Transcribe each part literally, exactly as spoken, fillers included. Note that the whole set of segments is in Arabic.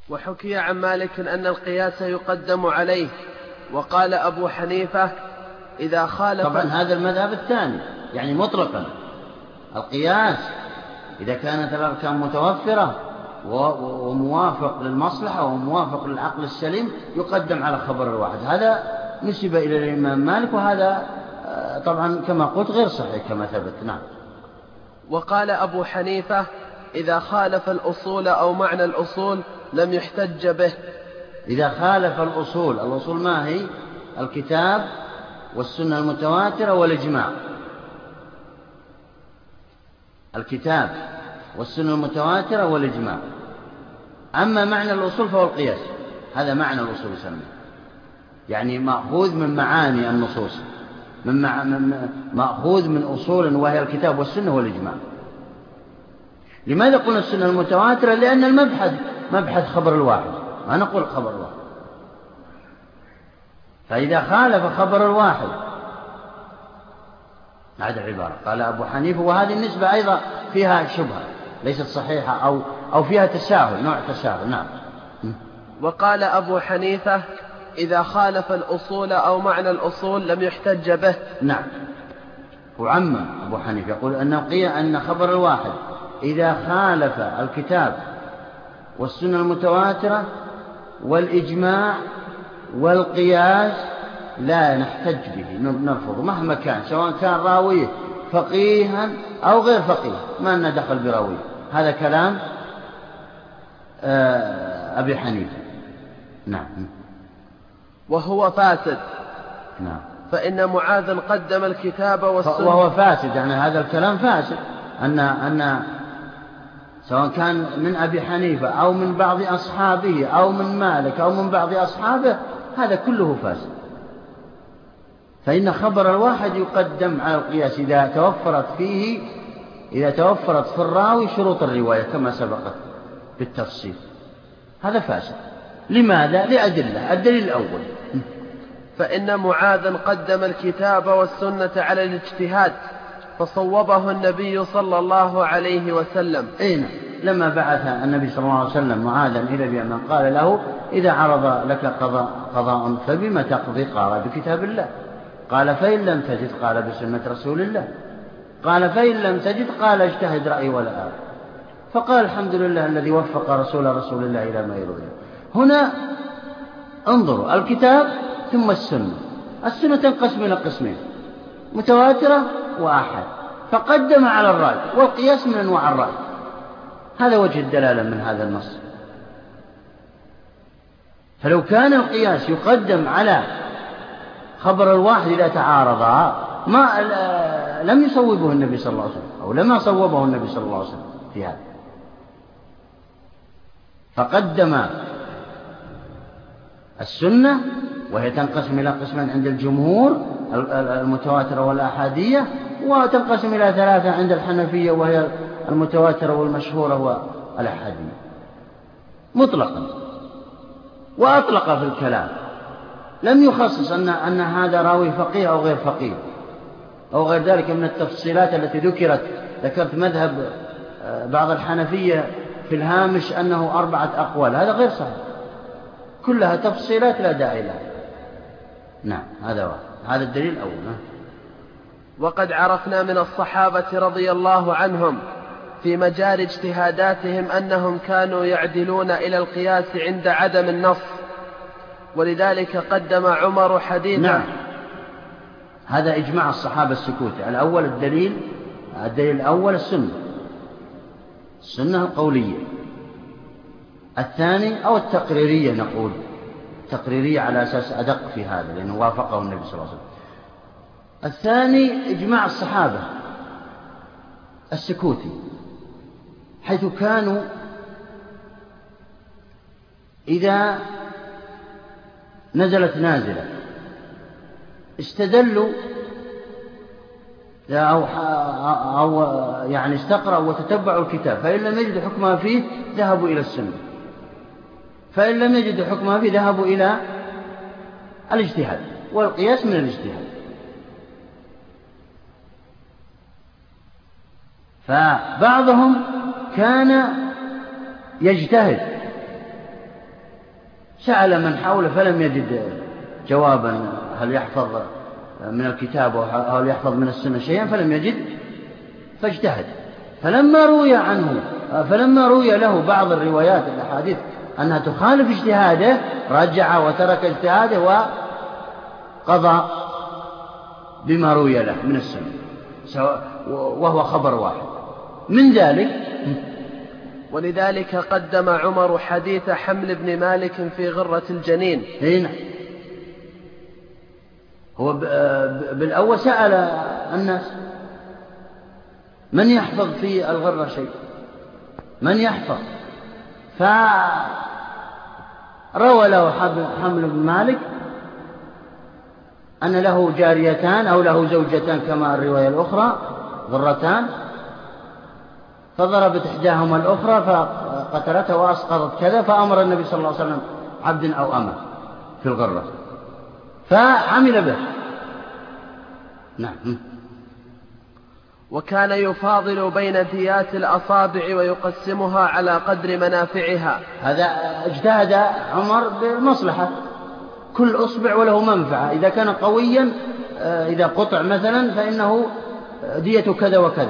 وحكي عن مالك أن القياس يقدم عليه، وقال أبو حنيفة إذا خالف. طبعا هذا المذهب الثاني، يعني مطلقا القياس إذا كانت الأركان متوفرة وموافق للمصلحة وموافق للعقل السليم يقدم على خبر الواحد. هذا نسب إلى الإمام مالك، وهذا طبعا كما قلت غير صحيح كما ثبت. نعم. وقال أبو حنيفة إذا خالف الأصول أو معنى الأصول لم يحتج به. إذا خالف الأصول، الأصول ما هي؟ الكتاب والسنة المتواترة والإجماع. الكتاب والسنة المتواترة والإجماع. أما معنى الأصول فهو القياس، هذا معنى الأصول يسمى، يعني مأخوذ من معاني النصوص، من مع... من... مأخوذ من أصول وهي الكتاب والسنة والإجماع. لماذا قلنا السنة المتواترة؟ لأن المبحث مبحث خبر الواحد، ما نقول خبر الواحد. فإذا خالف خبر الواحد، هذه العبارة قال أبو حنيفة، وهذه النسبة أيضا فيها شبهة ليست صحيحة، أو, أو فيها تساهل، نوع تساهل. نعم. وقال أبو حنيفة إذا خالف الأصول أو معنى الأصول لم يحتج به. نعم. وعمم أبو حنيفة يقول أنه قيل أن خبر الواحد إذا خالف الكتاب والسنة المتواترة والإجماع والقياس لا نحتج به، نرفضه مهما كان، سواء كان راويه فقيها أو غير فقيه، ما لنا دخل براويه. هذا كلام أبي حنيفة. نعم. وهو فاسد. نعم. فإن معاذ قدم الكتاب والسنة. وهو فاسد، يعني هذا الكلام فاسد، أن أن سواء كان من أبي حنيفة أو من بعض أصحابه أو من مالك أو من بعض أصحابه، هذا كله فاسد. فإن خبر الواحد يقدم على القياس إذا توفرت فيه إذا توفرت في الراوي شروط الرواية كما سبقت بالتفصيل. هذا فاسد. لماذا؟ لأدلة. الدليل الأول فإن معاذ قدم الكتاب والسنة على الاجتهاد فصوبه النبي صلى الله عليه وسلم. أين لما بعث النبي صلى الله عليه وسلم معاذا إلى اليمن قال له إذا عرض لك قضاء, قضاء فبما تقضي؟ قال بكتاب الله. قال فإن لم تجد؟ قال بسنة رسول الله. قال فإن لم تجد؟ قال اجتهد رأي ولا أرى. فقال الحمد لله الذي وفق رسول رسول الله إلى ما يريد. هنا انظروا الكتاب ثم السنة. السنة تنقسم إلى قسمين، متواترة وآحاد، فقدم على الرأي، والقياس من أنواع الرأي. هذا وجه الدلالة من هذا النص. فلو كان القياس يقدم على خبر الواحد إذا تعارضا ما لم يصوبه النبي صلى الله عليه وسلم، أو لما صوبه النبي صلى الله عليه وسلم في هذا. فقدم السنة وهي تنقسم إلى قسمين عند الجمهور، المتواترة والآحادية، وتنقسم إلى ثلاثة عند الحنفية وهي المتواترة والمشهورة والآحادية مطلقا. وأطلق في الكلام، لم يخصص أن, أن هذا راوي فقيه أو غير فقيه أو غير ذلك من التفصيلات التي ذكرت. ذكرت مذهب بعض الحنفية في الهامش أنه أربعة أقوال، هذا غير صحيح، كلها تفصيلات لا داعي لها. نعم. هذا واحد. هذا الدليل الأول. وقد عرفنا من الصحابة رضي الله عنهم في مجال اجتهاداتهم أنهم كانوا يعدلون إلى القياس عند عدم النص، ولذلك قدم عمر حديثا. نعم. هذا إجماع الصحابة السكوت. الأول الدليل الدليل الأول السنة، السنة القولية. الثاني أو التقريرية، نقول تقريرية على أساس أدق في هذا لأنه وافقه النبي صلى الله عليه وسلم. الثاني إجماع الصحابة السكوتي، حيث كانوا إذا نزلت نازلة استدلوا أو, أو يعني استقرأوا وتتبعوا الكتاب، فإن لم يجدوا حكمها فيه ذهبوا إلى السنة، فإن لم يجدوا حكمها فيه ذهبوا إلى الاجتهاد، والقياس من الاجتهاد. فبعضهم كان يجتهد سأل من حوله فلم يجد جوابا هل يحفظ من الكتاب أو هل يحفظ من السنة شيئا، فلم يجد فاجتهد. فلما روي عنه فلما روي له بعض الروايات الأحاديث أنها تخالف اجتهاده رجع وترك اجتهاده وقضى بما روي له من السنة، وهو خبر واحد من ذلك. ولذلك قدم عمر حديث حمل بن مالك في غرة الجنين. هنا هو بالأول سأل الناس من يحفظ في الغرة شيء، من يحفظ، فروى له حمل بن مالك أن له جاريتان أو له زوجتان كما الرواية الأخرى غرتان، فضربت إحداهما الأخرى فقتلتها وأسقطت كذا، فأمر النبي صلى الله عليه وسلم عبد أو أمة في الغرة فعمل به. نعم. وكان يفاضل بين ديات الأصابع ويقسمها على قدر منافعها. هذا اجتهد عمر بمصلحة، كل أصبع وله منفعة، إذا كان قويا إذا قطع مثلا فإنه دية كذا وكذا،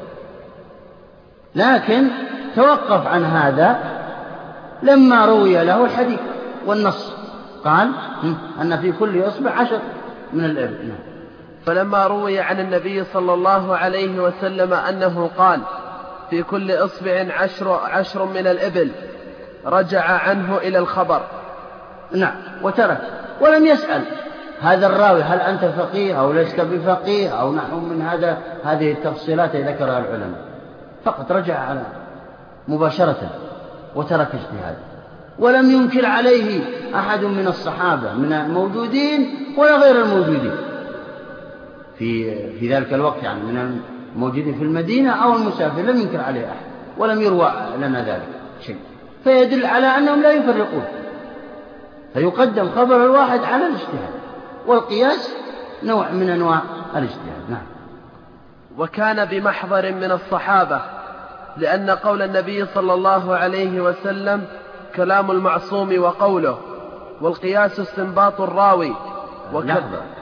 لكن توقف عن هذا لما روي له الحديث والنص قال أن في كل أصبع عشر من الإبل. فلما روي عن النبي صلى الله عليه وسلم أنه قال في كل إصبع عشر, عشر من الإبل رجع عنه إلى الخبر. نعم، وترك ولم يسأل هذا الراوي هل أنت فقيه أو لست بفقيه أو نحو من هذا هذه التفصيلات ذكرها العلماء، فقط رجع على مباشرة وترك اجتهاده، ولم ينكر عليه أحد من الصحابة من الموجودين ولا غير الموجودين في في ذلك الوقت، يعني من الموجودين في المدينة أو المسافر، لم ينكر عليه أحد ولم يروى لنا ذلك شيء، فيدل على أنهم لا يفرقون، فيقدم خبر الواحد على الاجتهاد، والقياس نوع من أنواع الاجتهاد. نعم. وكان بمحضر من الصحابة، لأن قول النبي صلى الله عليه وسلم كلام المعصوم وقوله، والقياس استنباط الراوي. وكان,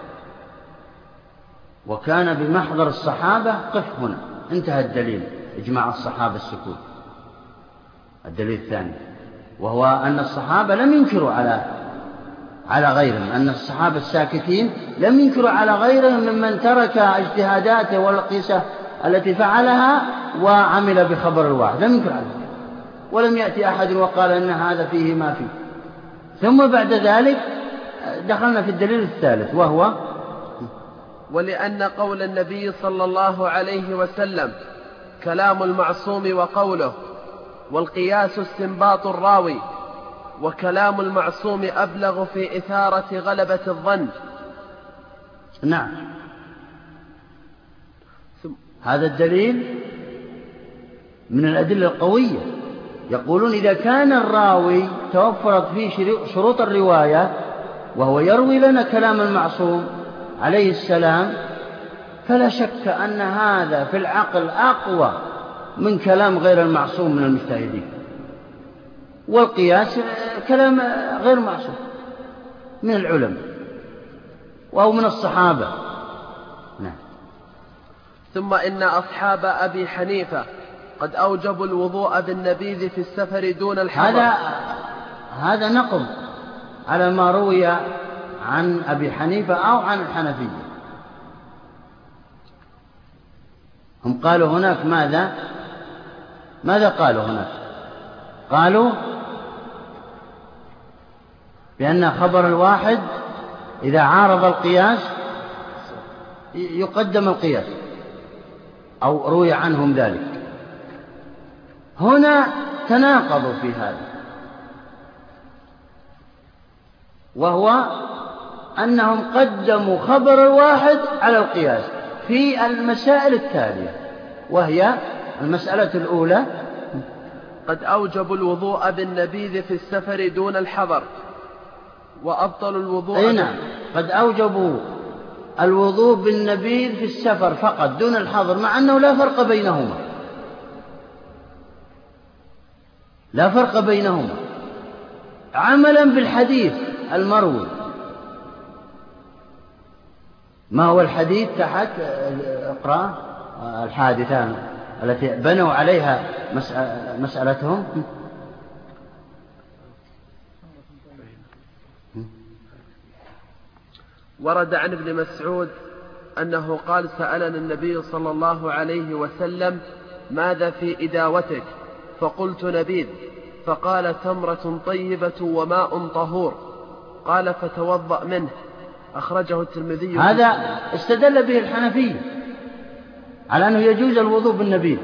وكان بمحضر الصحابة. قف هنا، انتهى الدليل، إجماع الصحابة السكوت. الدليل الثاني وهو أن الصحابة لم ينكروا على على غيرهم، أن الصحابة الساكتين لم ينكروا على غيرهم ممن ترك اجتهاداته والقياسة التي فعلها وعمل بخبر الواحد، لم ينكر عليه، ولم يأتي أحد وقال إن هذا فيه ما فيه. ثم بعد ذلك دخلنا في الدليل الثالث وهو ولأن قول النبي صلى الله عليه وسلم كلام المعصوم وقوله، والقياس استنباط الراوي، وكلام المعصوم أبلغ في إثارة غلبة الظن. نعم، هذا الدليل من الأدلة القوية. يقولون إذا كان الراوي توفرت فيه شروط الرواية وهو يروي لنا كلام المعصوم عليه السلام، فلا شك أن هذا في العقل أقوى من كلام غير المعصوم من المجتهدين، والقياس كلام غير معصوم من العلماء أو من الصحابة. نعم. ثم إن أصحاب أبي حنيفة قد أوجبوا الوضوء بالنبيذ في السفر دون الحضر. هذا هذا نقض على ما روي عن أبي حنيفة أو عن الحنفية. هم قالوا هناك ماذا ماذا قالوا هناك؟ قالوا بأن خبر الواحد إذا عارض القياس يقدم القياس، أو روي عنهم ذلك. هنا تناقضوا في هذا، وهو أنهم قدموا خبر الواحد على القياس في المسائل التالية، وهي المسألة الأولى قد أوجبوا الوضوء بالنبيذ في السفر دون الحضر، وأبطلوا الوضوء. أي نعم، قد أوجبوا الوضوء بالنبيذ في السفر فقط دون الحضر، مع أنه لا فرق بينهما، لا فرق بينهما. عملا بالحديث المروي. ما هو الحديث تحت اقرأ الحادثة التي بنوا عليها مسألتهم؟ ورد عن ابن مسعود أنه قال: سألنا النبي صلى الله عليه وسلم: ماذا في إداوتك؟ فقلت: نبيذ. فقال: تمرة طيبة وماء طهور. قال: فتوضأ منه. أخرجه الترمذي. هذا استدل به الحنفية على أنه يجوز الوضوء بالنبيذ،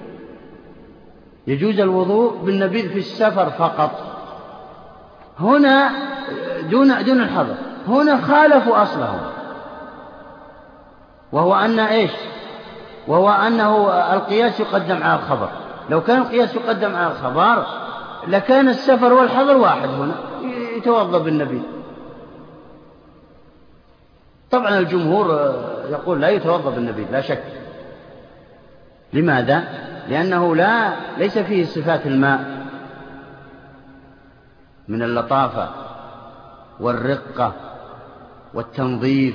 يجوز الوضوء بالنبيذ في السفر فقط. هنا دون دون الحضر. هنا خالفوا أصلهم، وهو أن إيش؟ وهو أنه القياس يقدم على الخبر. لو كان القياس يقدم على الخبر لكان السفر والحضر واحد، هنا يتوضأ بالنبيذ. طبعا الجمهور يقول لا يتوضأ بالنبيذ لا شك. لماذا؟ لأنه لا ليس فيه صفات الماء من اللطافة والرقة والتنظيف.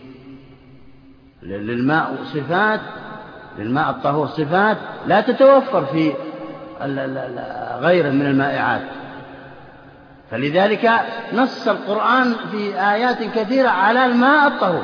للماء صفات، للماء الطهور صفات لا تتوفر في غيره من المائعات. فلذلك نص القرآن في آيات كثيرة على الماء الطهور.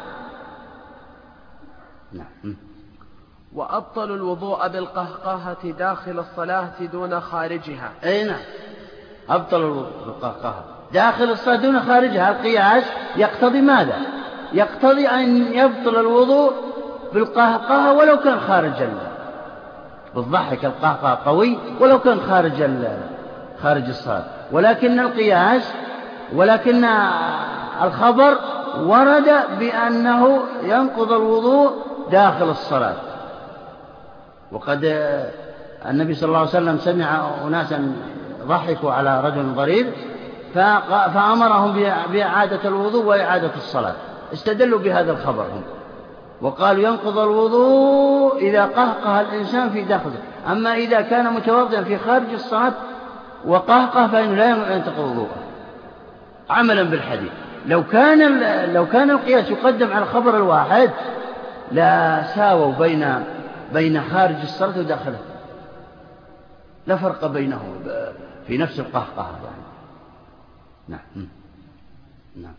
نعم. وأبطل الوضوء بالقهقهة داخل الصلاة دون خارجها. أي نعم، أبطل الوضوء بالقهقهة داخل الصلاة دون خارجها. القياس يقتضي ماذا؟ يقتضي أن يبطل الوضوء بالقهقهة ولو كان خارج بالضحك. القهقهة قوي ولو كان خارج خارج الصلاة. ولكن القياس ولكن الخبر ورد بأنه ينقض الوضوء داخل الصلاة. وقد النبي صلى الله عليه وسلم سمع أناسا ضحكوا على رجل ضرير فأمرهم بإعادة الوضوء وإعادة الصلاة. استدلوا بهذا الخبر هم وقالوا ينقض الوضوء إذا قهقه الإنسان في داخله. أما إذا كان متوضئا في خارج الصلاة وقهقه فإنه لا ينتقض وضوءه عملا بالحديث. لو كان لو كان القياس يقدم على الخبر الواحد لا ساووا بين بين خارج الصلاة وداخله، لا فرق بينه في نفس القهقه يعني. نعم نعم.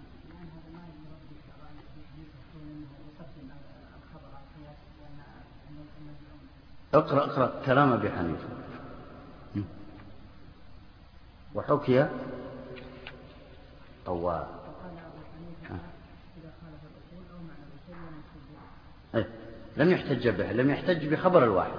اقرأ اقرأ كلام أبي حنيفة. وحكي أو أه. لم يحتج به، لم يحتج بخبر الواحد.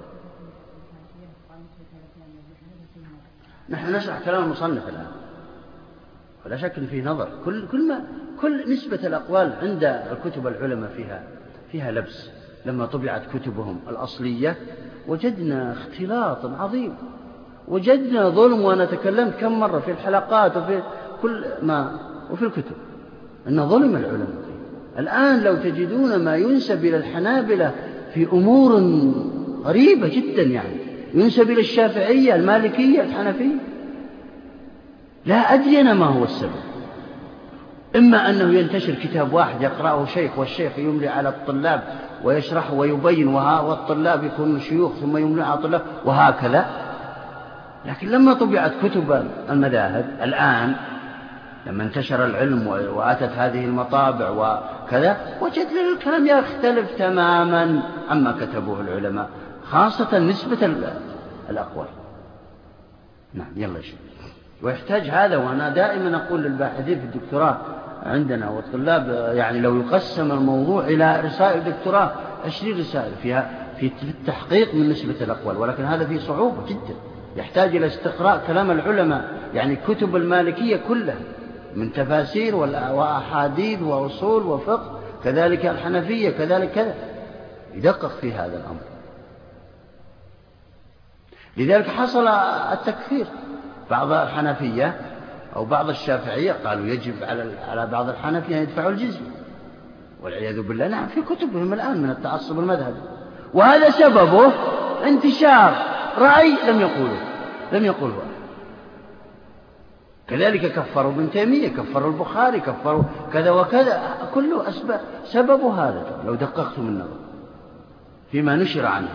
نحن نشرح كلام المصنف الآن ولا شك أن فيه نظر. كل كل ما كل نسبة الأقوال عند الكتب العلماء فيها فيها لبس. لما طبعت كتبهم الأصلية وجدنا اختلاط عظيم، وجدنا ظلم. وأنا تكلمت كم مرة في الحلقات وفي كل ما وفي الكتب أن ظلم العلماء. الآن لو تجدون ما ينسب إلى الحنابلة في أمور غريبة جدا، يعني ينسب إلى الشافعية المالكية الحنفية، لا أدري ما هو السبب. إما أنه ينتشر كتاب واحد يقرأه شيخ والشيخ يملي على الطلاب ويشرح ويبين، والطلاب يكونوا شيوخ ثم يملي على الطلاب وهكذا. لكن لما طبعت كتب المذاهب الآن، لما انتشر العلم وأتت هذه المطابع وكذا، وجدنا الكلام يختلف تماما عما كتبوه العلماء، خاصة نسبة الأقوال. نعم يلا شيء. ويحتاج هذا. وأنا دائما أقول للباحثين في الدكتوراه عندنا والطلاب، يعني لو يقسم الموضوع إلى رسائل دكتوراه عشرين رسالة فيها في التحقيق من نسبة الأقوال، ولكن هذا فيه صعوبة جدا. يحتاج إلى استقراء كلام العلماء، يعني كتب المالكية كلها من تفاسير وأحاديث وأصول وفقه، كذلك الحنفية كذلك كذا، يدقق في هذا الأمر. لذلك حصل التكفير. بعض الحنفية أو بعض الشافعية قالوا يجب على على بعض الحنفية أن يدفعوا الجزية، والعياذ بالله. نعم في كتبهم الآن من التعصب المذهبي، وهذا سببه انتشار رأي لم يقوله لم يقوله كذلك كفروا ابن تيمية، كفروا البخاري، كفروا كذا وكذا، كله أسباب سبب هذا لو دققتم النظر فيما نشر عنه.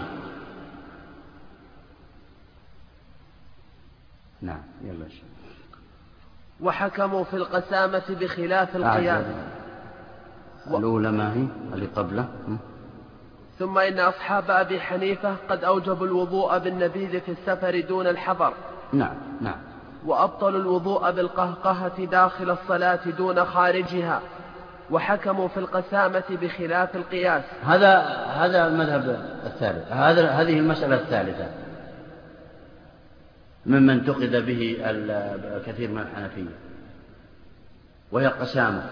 نعم يلا شيء. وحكموا في القسامة بخلاف القياس. آه الأولى ما هي اللي قبله. ثم إن أصحاب أبي حنيفة قد أوجبوا الوضوء بالنبيذ في السفر دون الحضر. نعم نعم. وأبطلوا الوضوء بالقهقهة داخل الصلاة دون خارجها. وحكموا في القسامة بخلاف القياس. هذا هذا المذهب الثالث، هذا هذه المسألة الثالثة ممن انتقد به الكثير من الحنفية، وهي القسامة.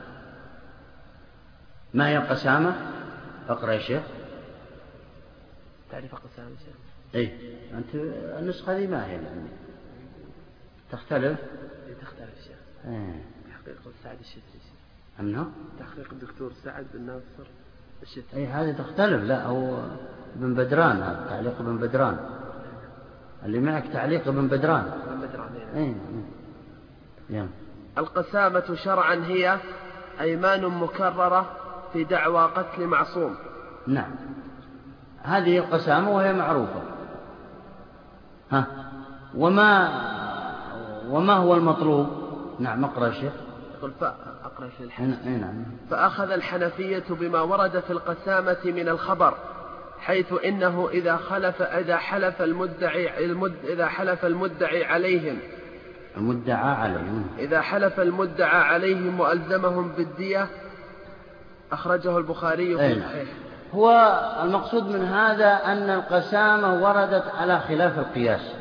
ما هي القسامة؟ اقرأ يا شيخ. تعرف القسامة شيخ؟ اي انت النسخة هذه ما هي يعني تختلف. تختلف شيخ. ايه. تحقيق سعد الشتري. أمنه؟ تحقيق الدكتور سعد بن ناصر الشتري. اي هذه تختلف. لا هو ابن بدران، هذا تعليق ابن بدران. اللي معك تعليق ابن بدران. ابن بدران. اي. يلا. القسامة شرعا هي أيمان مكررة في دعوى قتل معصوم. نعم هذه القسامة وهي معروفة. ها وما وما هو المطلوب؟ نعم اقرأ يا شيخ. يقول فأقرأ في الحديث. نعم. فأخذ الحنفية بما ورد في القسامة من الخبر، حيث إنه إذا خلف إذا حلف المدعي المد إذا حلف المدعي عليهم المدعى عليهم إذا حلف المدعى عليهم وألزمهم بالدية. أخرجه البخاري في الصحيح. هو المقصود من هذا أن القسامة وردت على خلاف القياس،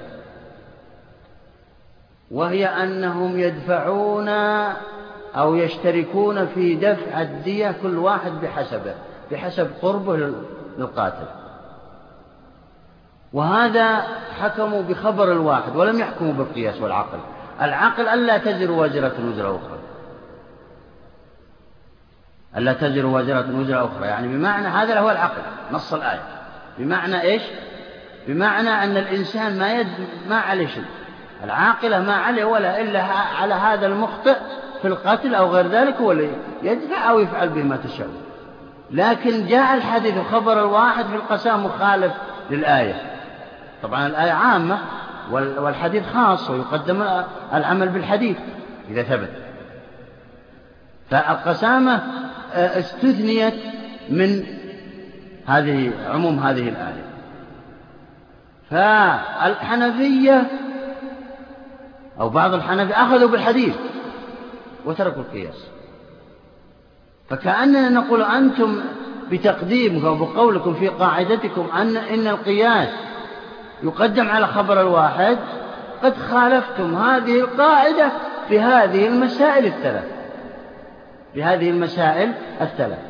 وهي أنهم يدفعون أو يشتركون في دفع الدية كل واحد بحسبه بحسب قربه للقاتل. وهذا حكموا بخبر الواحد ولم يحكموا بالقياس والعقل. العقل ألا تزر وازرة وزر أخرى، ألا تزر وازرة وزر أخرى، يعني بمعنى هذا هو العقل نص الآية. بمعنى إيش؟ بمعنى أن الإنسان ما يد ما عليه شيء، العاقلة ما عليه ولا إلا على هذا المخطئ في القتل أو غير ذلك هو اللي يدفع أو يفعل به ما تشاء. لكن جاء الحديث خبر الواحد في القسام مخالف للآية. طبعا الآية عامة والحديث خاص، ويقدم العمل بالحديث إذا ثبت. فالقسامة استثنيت من هذه عموم هذه الآية. فالحنفية أو بعض الحنفية أخذوا بالحديث وتركوا القياس. فكأننا نقول أنتم بتقديمكم وبقولكم في قاعدتكم أن إن القياس يقدم على خبر الواحد قد خالفتم هذه القاعدة في هذه المسائل الثلاث بهذه المسائل الثلاث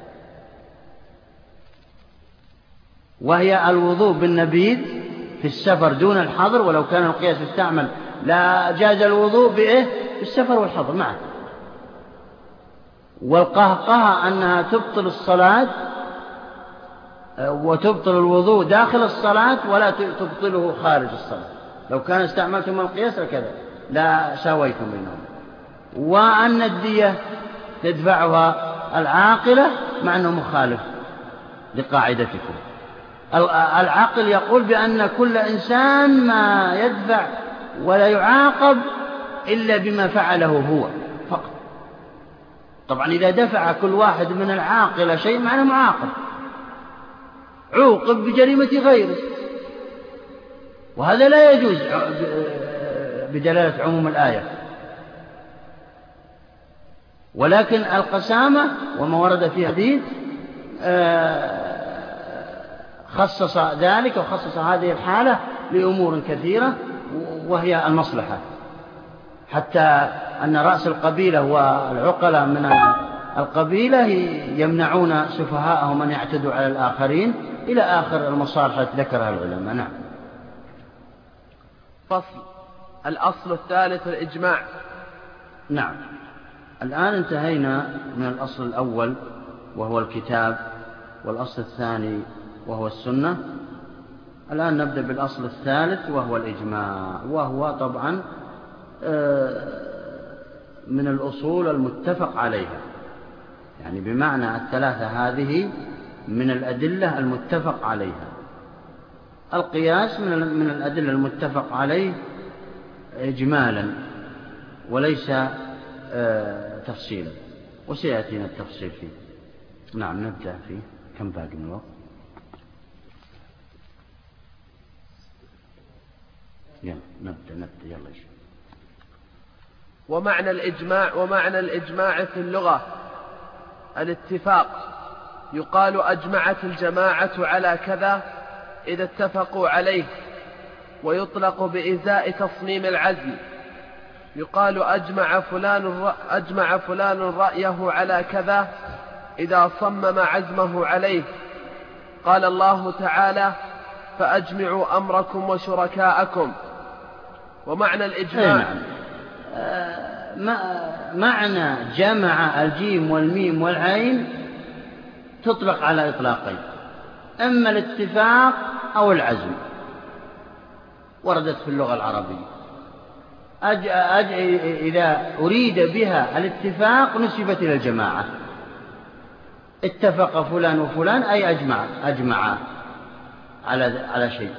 وهي الوضوء بالنبيذ في السفر دون الحضر، ولو كان القياس يستعمل لا جاز الوضوء بإيه؟ بالسفر والحضر معا. والقهقهة أنها تبطل الصلاة وتبطل الوضوء داخل الصلاة ولا تبطله خارج الصلاة. لو كان استعملتم القياس كذا لا ساويتم بينهم. وأن الدية تدفعها العاقلة مع أنه مخالف لقاعدتكم. العقل يقول بأن كل إنسان ما يدفع ولا يعاقب إلا بما فعله هو فقط. طبعا إذا دفع كل واحد من العاقلة شيء معناه معاقب، عوقب بجريمة غيره، وهذا لا يجوز بدلالة عموم الآية. ولكن القسامة وما ورد في حديث خصص ذلك وخصص هذه الحالة لأمور كثيرة، وهي المصلحة، حتى أن رأس القبيلة والعقلاء من القبيلة يمنعون سفهاءهم أن يعتدوا على الآخرين إلى آخر المصالح التي ذكرها العلماء. نعم. فصل. الأصل الثالث الإجماع. نعم. الآن انتهينا من الأصل الأول وهو الكتاب، والأصل الثاني وهو السنة. الآن نبدأ بالأصل الثالث وهو الإجماع، وهو طبعا من الأصول المتفق عليها، يعني بمعنى الثلاثة هذه من الأدلة المتفق عليها. القياس من الأدلة المتفق عليه إجمالا وليس تفصيلا، وسيأتينا التفصيل فيه. نعم، نبدأ فيه. كم باقي من الوقت؟ يلا نبدأ نبدأ يلا يا شيخ. ومعنى الإجماع ومعنى الإجماع في اللغة الاتفاق، يقال أجمعت الجماعة على كذا إذا اتفقوا عليه، ويطلق بإزاء تصميم العزم. يقال أجمع فلان أجمع فلان رأيه على كذا إذا صمم عزمه عليه. قال الله تعالى: فأجمعوا أمركم وشركاءكم. ومعنى الإجماع نعم. معنى جمع الجيم والميم والعين تطلق على إطلاقين: إما الاتفاق أو العزم، وردت في اللغة العربية. أج... أج... إذا أريد بها الاتفاق نسبت إلى الجماعة، اتفق فلان وفلان أي أجمع أجمع على على شيء.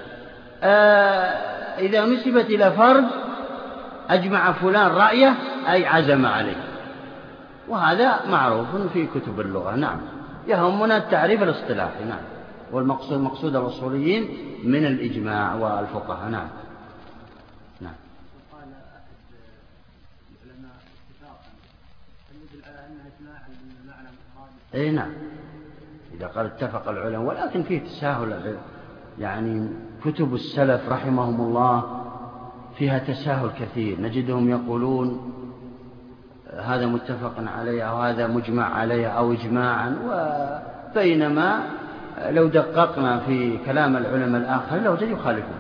إذا نسبت إلى فرد أجمع فلان رأيه أي عزم عليه، وهذا معروف في كتب اللغة. نعم، يهمنا التعريف الاصطلاحي. نعم، والمقصود مقصود الأصوليين من الإجماع والفقهاء. نعم نعم. قال أحد العلماء اتفاقا يدل على أن إجماع المعنى المراد. أي نعم، إذا قال اتفق العلماء، ولكن فيه تساهل. يعني كتب السلف رحمهم الله فيها تساهل كثير، نجدهم يقولون هذا متفق عليه أو هذا مجمع عليه أو إجماعا، وبينما لو دققنا في كلام العلماء الآخر لوجد يخالفون.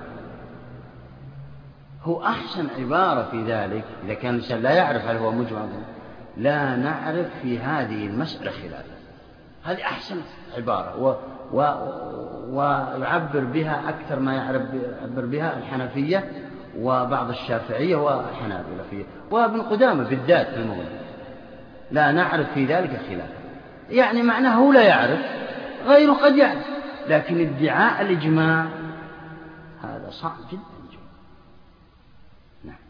هو أحسن عبارة في ذلك إذا كان الإنسان لا يعرف هل هو مجمع، لا نعرف في هذه المسألة خلافا. هذه أحسن عبارة، و و ويعبر بها أكثر ما يعبر بها الحنفية وبعض الشافعية والحنابلة فيه، وابن قدامة بالذات في الموضوع. لا نعرف في ذلك خلافا، يعني معناه هو لا يعرف، غيره قد يعرف، لكن ادعاء الإجماع هذا صعب جدا. نعم.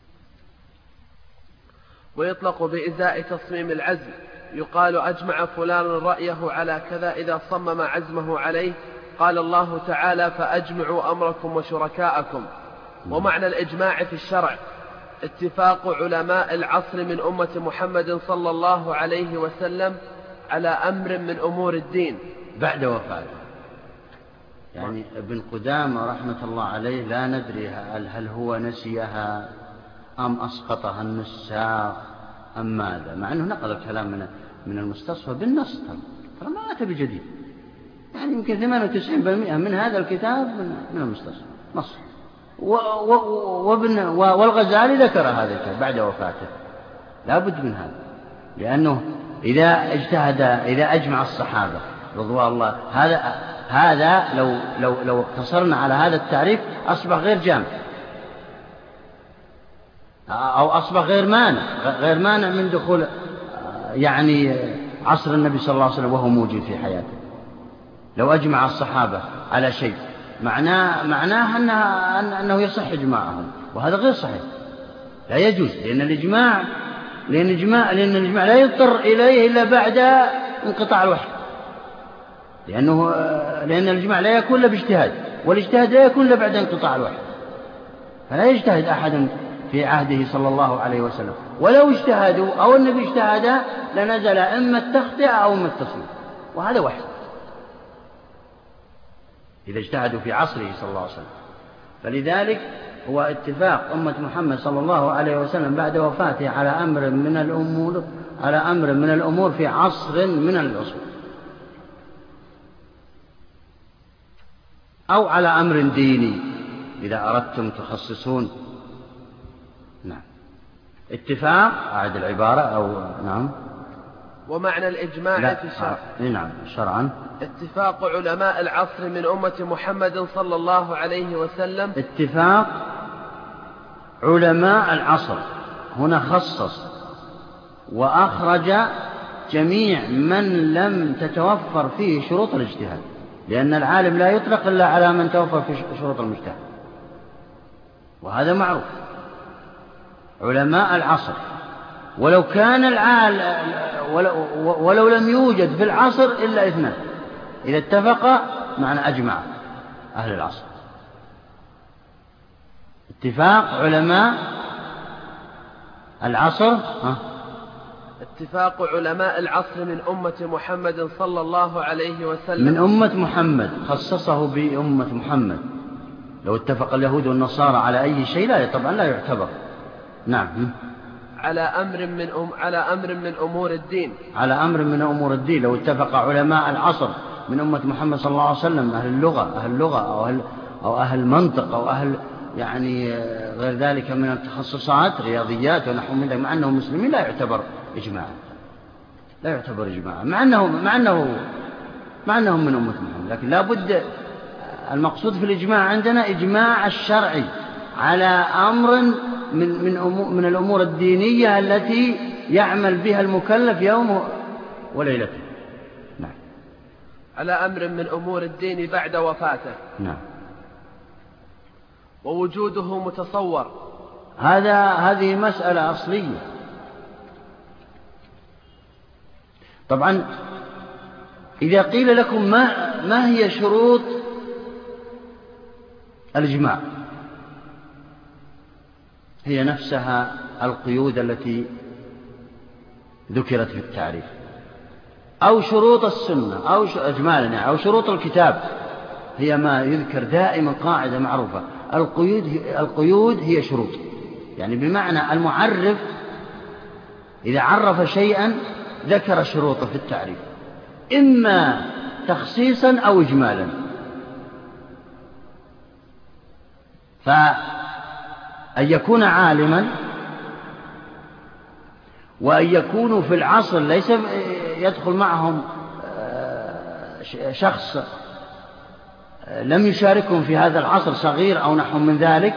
ويطلق بإزاء تصميم العزم. يقال أجمع فلان رأيه على كذا إذا صمم عزمه عليه. قال الله تعالى: فأجمعوا أمركم وشركاءكم. ومعنى الإجماع في الشرع اتفاق علماء العصر من أمة محمد صلى الله عليه وسلم على أمر من أمور الدين بعد وفاته. يعني ابن قدامة رحمة الله عليه لا ندري هل, هل هو نسيها أم أسقطها النساخ أم ماذا، مع أنه نقل الكلام من من المستصفى بالنص، ترى ما أتى بجديد. يعني يمكن ثمانية وتسعين بالمئة من هذا الكتاب من المستصفى نص. والغزالي ذكر هذا الكلام بعد وفاته، لا بد من هذا، لأنه إذا اجتهد إذا أجمع الصحابة رضوان الله، هذا هذا لو لو لو اقتصرنا على هذا التعريف أصبح غير جامع، أو أصبح غير مانع غير مانع من دخول يعني عصر النبي صلى الله عليه وسلم وهو موجود في حياته. لو أجمع الصحابة على شيء معناه معناه أنه, أنه يصح إجماعهم، وهذا غير صحيح، لا يجوز، لأن الإجماع لأن الإجماع لأن الإجماع لا يضطر إليه إلا بعد انقطاع الوحي، لأنه لأن الإجماع لا يكون إلا باجتهاد، والاجتهاد لا يكون إلا بعد انقطاع الوحي، فلا يجتهد أحد في عهده صلى الله عليه وسلم، ولو اجتهدوا أو النبي اجتهد لنزل إما التخطئة أو إما التصويب، وهذا وحي إذا اجتهدوا في عصره صلى الله عليه وسلم. فلذلك هو اتفاق أمة محمد صلى الله عليه وسلم بعد وفاته على أمر من الأمور على أمر من الأمور في عصر من العصور، أو على أمر ديني إذا أردتم تخصصون. نعم. اتفاق أعد العبارة أو نعم. ومعنى الإجماع في الشرع. نعم شرعا اتفاق علماء العصر من أمة محمد صلى الله عليه وسلم. اتفاق علماء العصر هنا خصص وأخرج جميع من لم تتوفر فيه شروط الاجتهاد، لأن العالم لا يطلق إلا على من توفر فيه شروط المجتهد، وهذا معروف. علماء العصر، ولو كان العالم ولو, ولو لم يوجد في العصر إلا اثنان، إذا اتفق معنى أجمع أهل العصر. اتفاق علماء العصر ها؟ اتفاق علماء العصر من أمة محمد صلى الله عليه وسلم. من أمة محمد، خصصه بأمة محمد. لو اتفق اليهود والنصارى على أي شيء لا طبعا لا يعتبر. نعم. على أمر من أم على أمر من أمور الدين. على أمر من أمور الدين. لو اتفق علماء العصر من أمة محمد صلى الله عليه وسلم، أهل اللغة أهل اللغة أو أهل أو أهل المنطق أو أهل يعني غير ذلك من التخصصات، رياضيات ونحو من ذلك، مع أنهم مسلمين لا يعتبر إجماعا، لا يعتبر إجماعا مع أنه مع أنه مع أنهم من أمة محمد. لكن لا بد، المقصود في الإجماع عندنا إجماع الشرعي على أمر من من من الأمور الدينية التي يعمل بها المكلف يومه وليلته. نعم. على أمر من أمور الدين بعد وفاته. نعم. ووجوده متصور. هذا هذه مسألة أصلية. طبعا إذا قيل لكم ما ما هي شروط الإجماع، هي نفسها القيود التي ذكرت في التعريف، أو شروط السنة، أو إجمالا أو شروط الكتاب، هي ما يذكر دائما قاعدة معروفة: القيود القيود هي شروط. يعني بمعنى المعرف إذا عرف شيئا ذكر شروطه في التعريف، إما تخصيصا أو إجمالا. فأن يكون عالما، وأن يكونوا في العصر ليس يدخل معهم شخص لم يشاركهم في هذا العصر، صغير أو نحو من ذلك،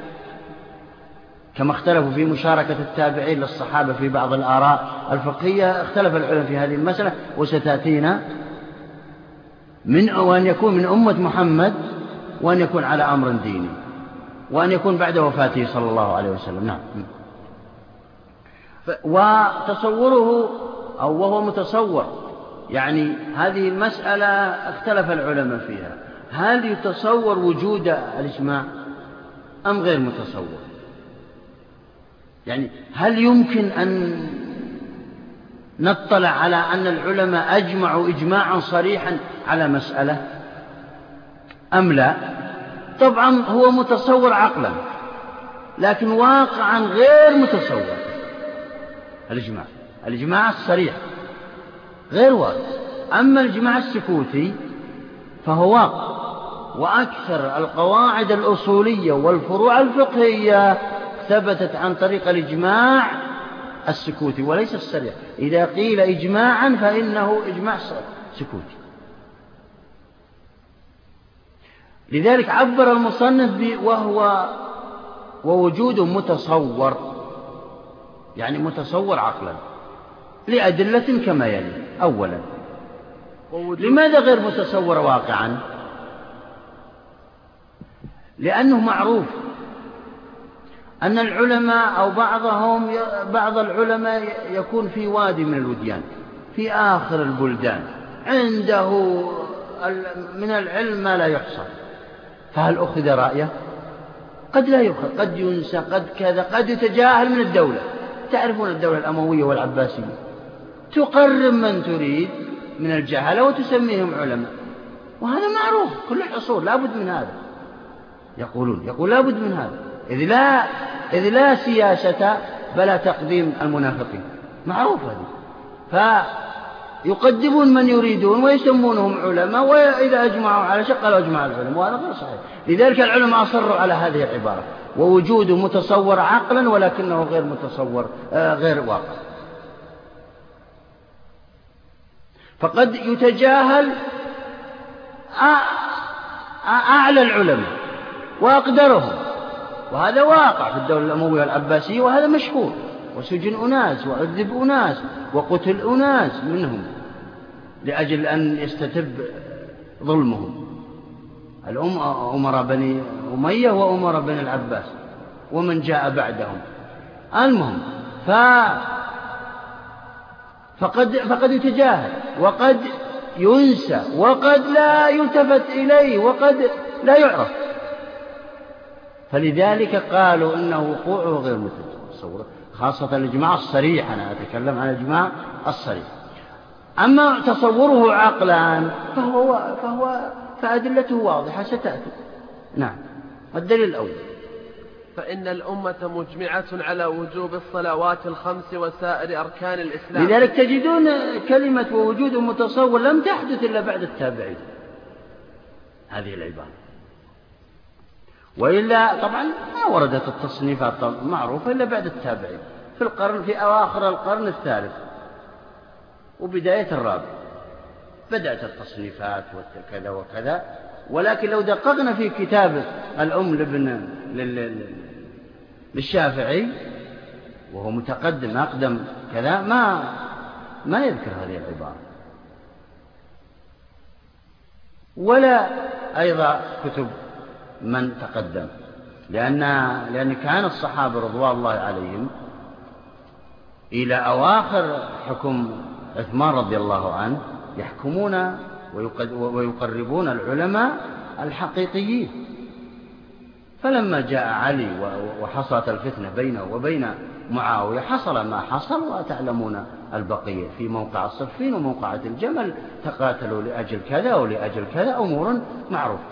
كما اختلفوا في مشاركة التابعين للصحابة في بعض الآراء الفقهية، اختلف العلماء في هذه المسألة وستأتينا. من وأن يكون من أمة محمد، وأن يكون على أمر ديني، وأن يكون بعد وفاته صلى الله عليه وسلم. نعم. وتصوره أو وهو متصور، يعني هذه المسألة اختلف العلماء فيها: هل يتصور وجود الإجماع أم غير متصور؟ يعني هل يمكن أن نطلع على أن العلماء أجمعوا إجماعا صريحا على مسألة أم لا؟ طبعا هو متصور عقلا، لكن واقعا غير متصور. الإجماع الإجماع الصريح غير واقع. أما الإجماع السكوتي فهو واقع، وأكثر القواعد الأصولية والفروع الفقهية ثبتت عن طريق الإجماع السكوتي وليس الصريح. إذا قيل إجماعا فإنه إجماع سكوتي. لذلك عبر المصنف وهو ووجوده متصور، يعني متصور عقلا، لأدلة كما يلي. أولا، لماذا غير متصور واقعا؟ لأنه معروف أن العلماء أو بعضهم بعض العلماء يكون في وادي من الوديان في آخر البلدان، عنده من العلم ما لا يحصى، فهل أخذ رأيه؟ قد لا يؤخذ، قد ينسى، قد كذا، قد يتجاهل من الدولة. تعرفون الدولة الأموية والعباسية تقرب من تريد من الجهلة وتسميهم علماء، وهذا معروف كل العصور، لا بد من هذا. يقولون يقول لا بد من هذا، إذ لا إذ لا سياسة بلا تقديم المنافقين، معروف هذا. فيقدمون من يريدون ويسمونهم علماء، وإذا أجمعوا على شيء قالوا أجمع العلماء، وهذا غير صحيح. لذلك العلماء أصروا على هذه العبارة: ووجوده متصور عقلا ولكنه غير متصور آه غير واقع. فقد يتجاهل أعلى العلماء وأقدرهم وهذا واقع في الدولة الأموية العباسية، وهذا مشهور، وسجن أناس وعذب أناس وقتل أناس منهم لأجل أن يستتب ظلمهم، الأمراء بني أمية وأمراء بني العباس ومن جاء بعدهم. المهم ف... فقد... فقد يتجاهل وقد ينسى وقد لا يلتفت إليه وقد لا يعرف، فلذلك قالوا إنه وقوعه غير متصور، خاصة الإجماع الصريح، أنا أتكلم عن الإجماع الصريح. أما تصوره عقلا فهو, فهو فأدلته واضحة ستأتي. نعم. الدليل الأول: فإن الأمة مجمعة على وجوب الصلوات الخمس وسائر أركان الإسلام. لذلك تجدون كلمة ووجود متصور لم تحدث إلا بعد التابعين، هذه العبارة، وإلا طبعا ما وردت التصنيفات معروفة إلا بعد التابعين في القرن في أواخر القرن الثالث وبداية الرابع بدأت التصنيفات وكذا وكذا. ولكن لو دققنا في كتاب الأم لابن للشافعي وهو متقدم أقدم كذا ما ما يذكر هذه العبارة، ولا أيضا كتب من تقدم، لأن لأن كان الصحابة رضوان الله عليهم إلى أواخر حكم عثمان رضي الله عنه يحكمون ويقربون العلماء الحقيقيين. فلما جاء علي وحصلت الفتنة بينه وبين معاوية حصل ما حصل، وتعلمون البقية في موقع الصفين وموقعة الجمل، تقاتلوا لأجل كذا ولأجل كذا، أمور معروفة.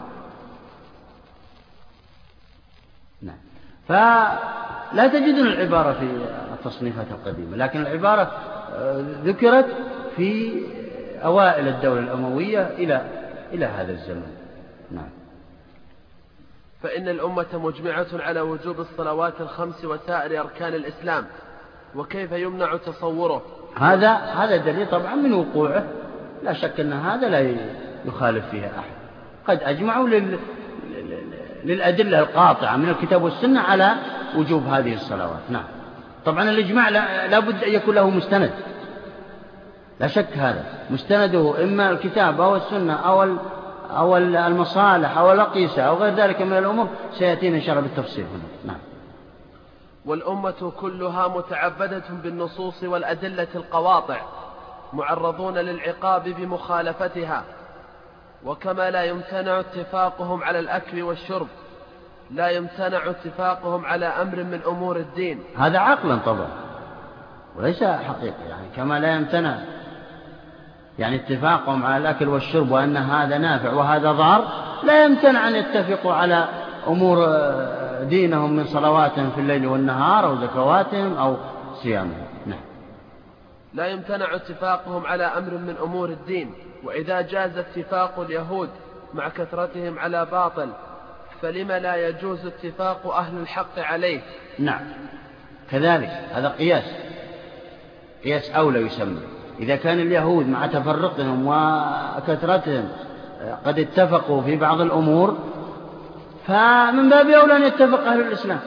نعم. فلا تجدون العبارة في التصنيفات القديمة، لكن العبارة ذكرت في أوائل الدولة الأموية إلى إلى هذا الزمن. نعم. فإن الأمة مجمعة على وجوب الصلوات الخمس وسائر أركان الإسلام، وكيف يمنع تصوره؟ هذا هذا دليل طبعا من وقوعه، لا شك أن هذا لا يخالف فيها أحد. قد أجمعوا لل... للأدلة القاطعة من الكتاب والسنة على وجوب هذه الصلوات. نعم. طبعا الإجماع لا بد أن يكون له مستند، لا شك هذا، مستنده إما الكتاب أو السنة أو أو المصالح أو الأقيسة أو غير ذلك من الأمور، سيأتينا إن شاء الله بالتفصيل هنا. نعم. والأمة كلها متعبدة بالنصوص والأدلة القواطع، معرضون للعقاب بمخالفتها. وكما لا يمتنع اتفاقهم على الأكل والشرب، لا يمتنع اتفاقهم على أمر من أمور الدين. هذا عقلا طبعا وليس حقيقة، يعني كما لا يمتنع يعني اتفاقهم على الأكل والشرب وأن هذا نافع وهذا ضار، لا يمتنع أن يتفقوا على أمور دينهم من صلواتهم في الليل والنهار أو زكواتهم أو صيامهم. نعم. لا يمتنع اتفاقهم على أمر من أمور الدين. وإذا جاز اتفاق اليهود مع كثرتهم على باطل، فلم لا يجوز اتفاق أهل الحق عليه؟ نعم كذلك، هذا قياس قياس أولى يسمى. إذا كان اليهود مع تفرقهم وكثرتهم قد اتفقوا في بعض الأمور، فمن باب أولى أن يتفق أهل الإسلام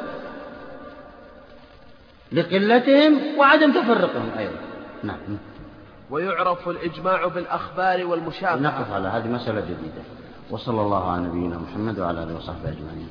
لقلتهم وعدم تفرقهم أيضا. نعم. ويعرف الإجماع بالأخبار والمشافهة. نقف على هذه مسألة جديدة. وصلى الله على نبينا محمد وعلى آله وصحبه أجمعين.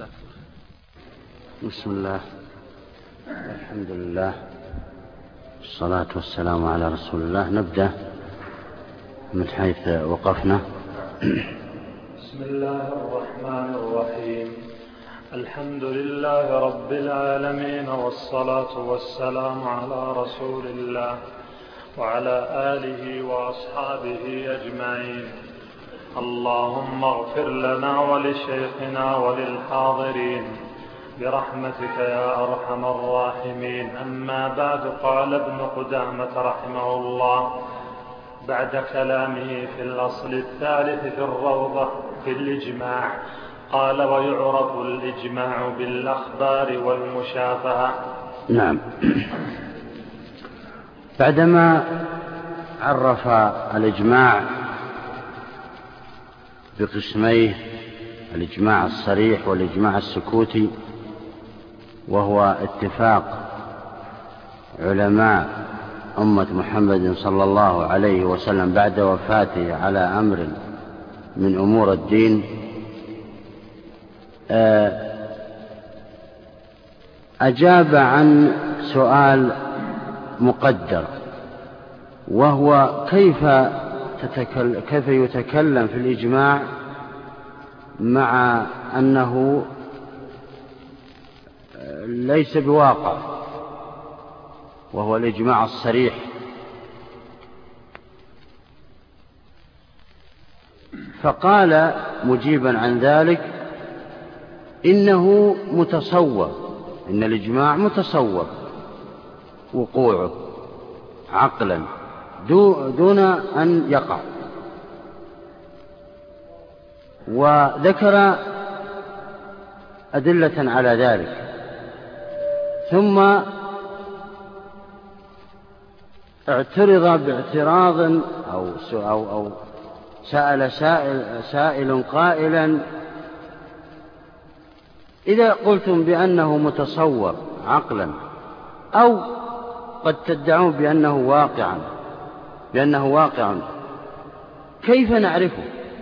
بسم الله، الحمد لله، الصلاة والسلام على رسول الله. نبدأ من حيث وقفنا. بسم الله الرحمن الرحيم. الحمد لله رب العالمين، والصلاة والسلام على رسول الله وعلى آله وأصحابه أجمعين. اللهم اغفر لنا ولشيخنا وللحاضرين برحمتك يا أرحم الراحمين. أما بعد، قال ابن قدامة رحمه الله بعد كلامه في الأصل الثالث في الروضة في الإجماع، قال: ويعرف الإجماع بالأخبار والمشافهة. نعم. بعدما عرف الإجماع بقسميه، الإجماع الصريح والإجماع السكوتي، وهو اتفاق علماء أمة محمد صلى الله عليه وسلم بعد وفاته على أمر من أمور الدين، أجاب عن سؤال مقدر، وهو كيف تتكلم كيف يتكلم في الإجماع مع أنه ليس بواقع، وهو الإجماع الصريح. فقال مجيبا عن ذلك إنه متصور، إن الإجماع متصور وقوعه عقلا دون أن يقع. وذكر أدلة على ذلك، ثم اعترض باعتراض أو, أو, أو سأل سائل, سائل قائلا: إذا قلتم بأنه متصور عقلا أو قد تدعون بأنه واقعا بأنه واقع كيف نعرفه؟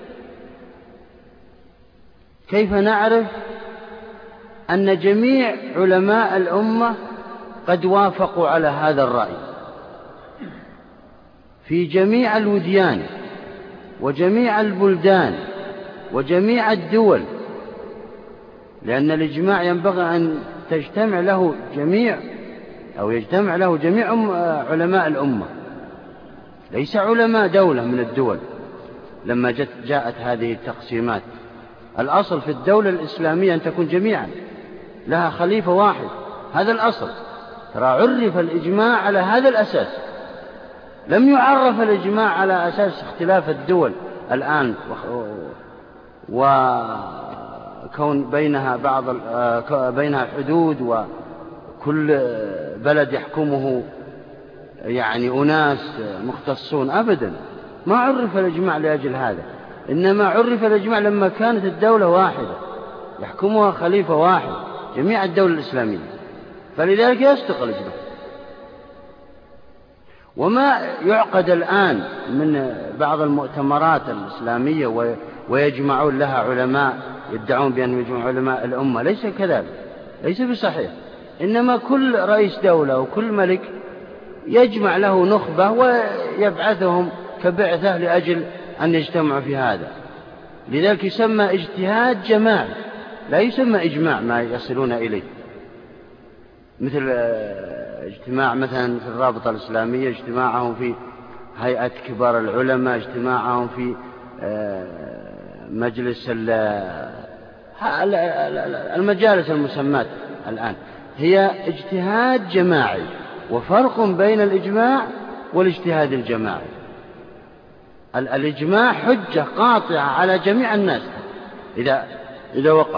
كيف نعرف أن جميع علماء الأمة قد وافقوا على هذا الرأي في جميع الوديان وجميع البلدان وجميع الدول؟ لأن الإجماع ينبغي أن تجتمع له جميع أو يجتمع له جميع علماء الأمة، ليس علماء دولة من الدول. لما جت جاءت هذه التقسيمات، الأصل في الدولة الإسلامية أن تكون جميعا لها خليفة واحد، هذا الأصل. ترى عرف الإجماع على هذا الأساس، لم يعرف الإجماع على أساس اختلاف الدول الآن وكون بينها بعض بينها حدود وكل بلد يحكمه يعني أناس مختصون. أبدا ما عرف الإجماع لأجل هذا، إنما عرف الإجماع لما كانت الدولة واحدة يحكمها خليفة واحد جميع الدولة الإسلامية، فلذلك يصدق الإجماع. وما يعقد الآن من بعض المؤتمرات الإسلامية ويجمعون لها علماء يدعون بأنهم يجمعون علماء الأمة، ليس كذلك، ليس بصحيح. إنما كل رئيس دولة وكل ملك يجمع له نخبة ويبعثهم كبعثة لأجل أن يجتمعوا في هذا، لذلك يسمى اجتهاد جماعي، لا يسمى إجماع ما يصلون إليه. مثل اجتماع مثلا في الرابطة الإسلامية، اجتماعهم في هيئة كبار العلماء، اجتماعهم في مجلس المجالس المسمات الآن، هي اجتهاد جماعي، وفرق بين الإجماع والاجتهاد الجماعي. الإجماع حجة قاطعة على جميع الناس إذا إذا وقع.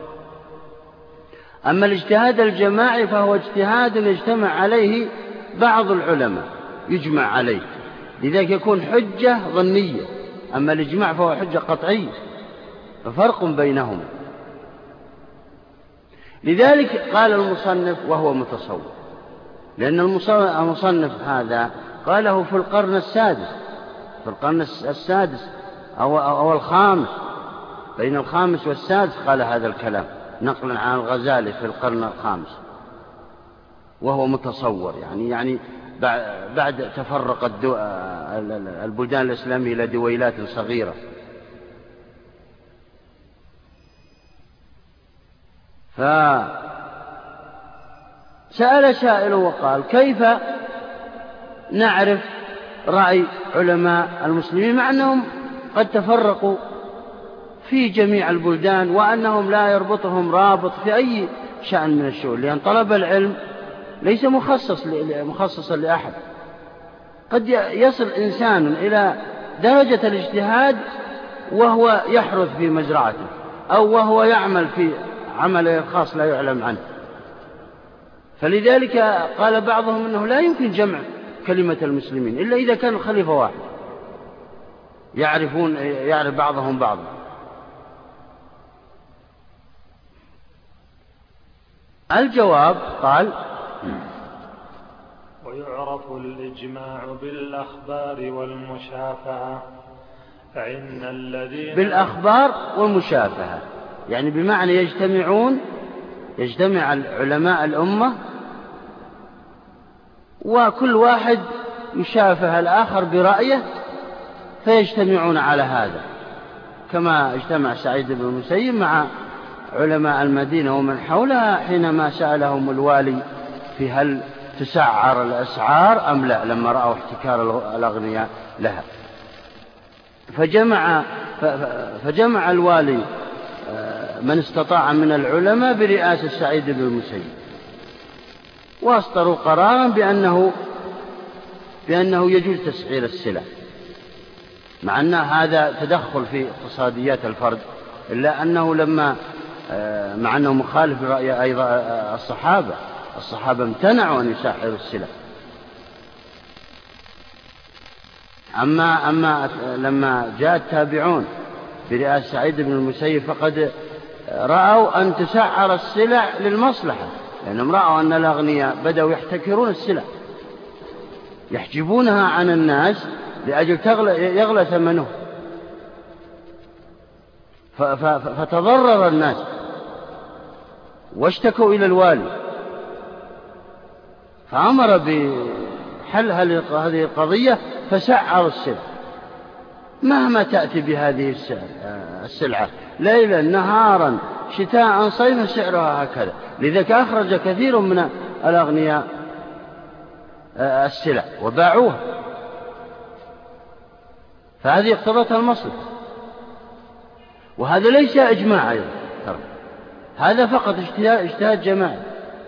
أما الاجتهاد الجماعي فهو اجتهاد يجتمع عليه بعض العلماء يجمع عليه، لذلك يكون حجة ظنية. أما الإجماع فهو حجة قطعية، ففرق بينهما. لذلك قال المصنف وهو متصور، لأن المصنف هذا قاله في القرن السادس في القرن السادس أو, أو الخامس، بين الخامس والسادس قال هذا الكلام نقلا عن الغزالي في القرن الخامس، وهو متصور. يعني يعني بعد تفرق البلدان الإسلامية إلى دويلات صغيرة. فسأل سائل وقال: كيف نعرف رأي علماء المسلمين مع أنهم قد تفرقوا في جميع البلدان، وأنهم لا يربطهم رابط في أي شأن من الشؤون؟ لأن طلب العلم ليس مخصص مخصصا لأحد. قد يصل إنسان إلى درجة الاجتهاد وهو يحرث في مزرعته، أو وهو يعمل في عمله الخاص لا يعلم عنه. فلذلك قال بعضهم أنه لا يمكن جمع كلمة المسلمين إلا إذا كان الخليفة واحد، يعرفون يعرف بعضهم بعضا. الجواب قال ويعرف الإجماع بالأخبار والمشافهة فإن الذين بالأخبار والمشافهة، يعني بمعنى يجتمعون يجتمع علماء الأمة وكل واحد يشافه الآخر برأيه فيجتمعون على هذا، كما اجتمع سعيد بن المسيب مع علماء المدينة ومن حولها حينما سألهم الوالي في هل تسعر الأسعار أم لا لما رأوا احتكار الأغنياء لها. فجمع, فجمع الوالي من استطاع من العلماء برئاسة سعيد بن المسيب واصدروا قرارا بأنه, بأنه يجوز تسعير السلع، مع أن هذا تدخل في اقتصاديات الفرد، إلا أنه لما مع أنه مخالف برأي أيضا الصحابة الصحابة امتنعوا أن يسعروا السلع. أما, أما لما جاء التابعون برئاسة سعيد بن المسيب فقد رأوا أن تسعر السلع للمصلحة، لأنهم رأوا أن الأغنياء بدأوا يحتكرون السلع يحجبونها عن الناس لأجل يغلى ثمنه، فتضرر الناس واشتكوا إلى الوالي فأمر بحل هذه القضية فسعر السلع مهما تأتي بهذه السلعة ليلا نهارا شتاء صيفا سعرها هكذا. لذلك أخرج كثير من الأغنياء السلع وباعوها، فهذه اقتضتها المصلحة، وهذا ليس إجماع أيضا، هذا فقط اجتهاد جماعي.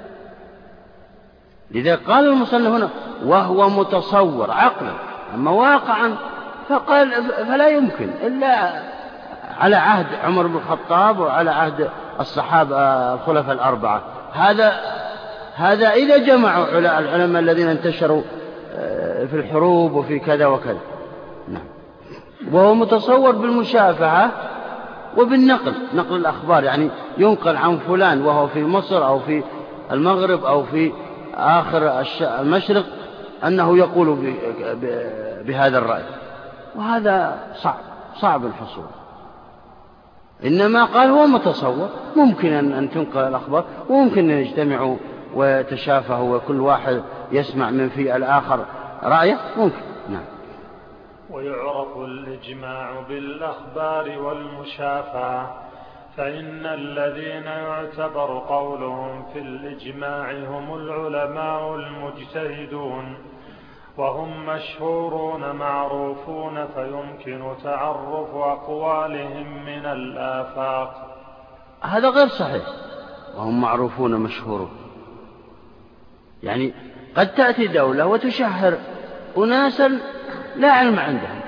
لذلك قال المصنف هنا وهو متصور عقلا، أما واقعا فقال فلا يمكن إلا على عهد عمر بن الخطاب وعلى عهد الصحابة الخلفاء الأربعة. هذا هذا إذا جمعوا العلماء الذين انتشروا في الحروب وفي كذا وكذا. نعم. وهو متصور بالمشافعة وبالنقل، نقل الأخبار، يعني ينقل عن فلان وهو في مصر أو في المغرب أو في آخر المشرق أنه يقول بهذا الرأي، وهذا صعب صعب الحصول. إنما قال هو متصور ممكن أن تنقل الأخبار وممكن أن يجتمعوا ويتشافهوا وكل واحد يسمع من في الآخر رأيه ممكن. نعم. ويعرف الإجماع بالأخبار والمشافعة فإن الذين يعتبر قولهم في الإجماع هم العلماء المجتهدون وهم مشهورون معروفون فيمكن تعرف أقوالهم من الآفاق. هذا غير صحيح. وهم معروفون مشهورون، يعني قد تأتي دولة وتشهر أناسا لا علم عندهم،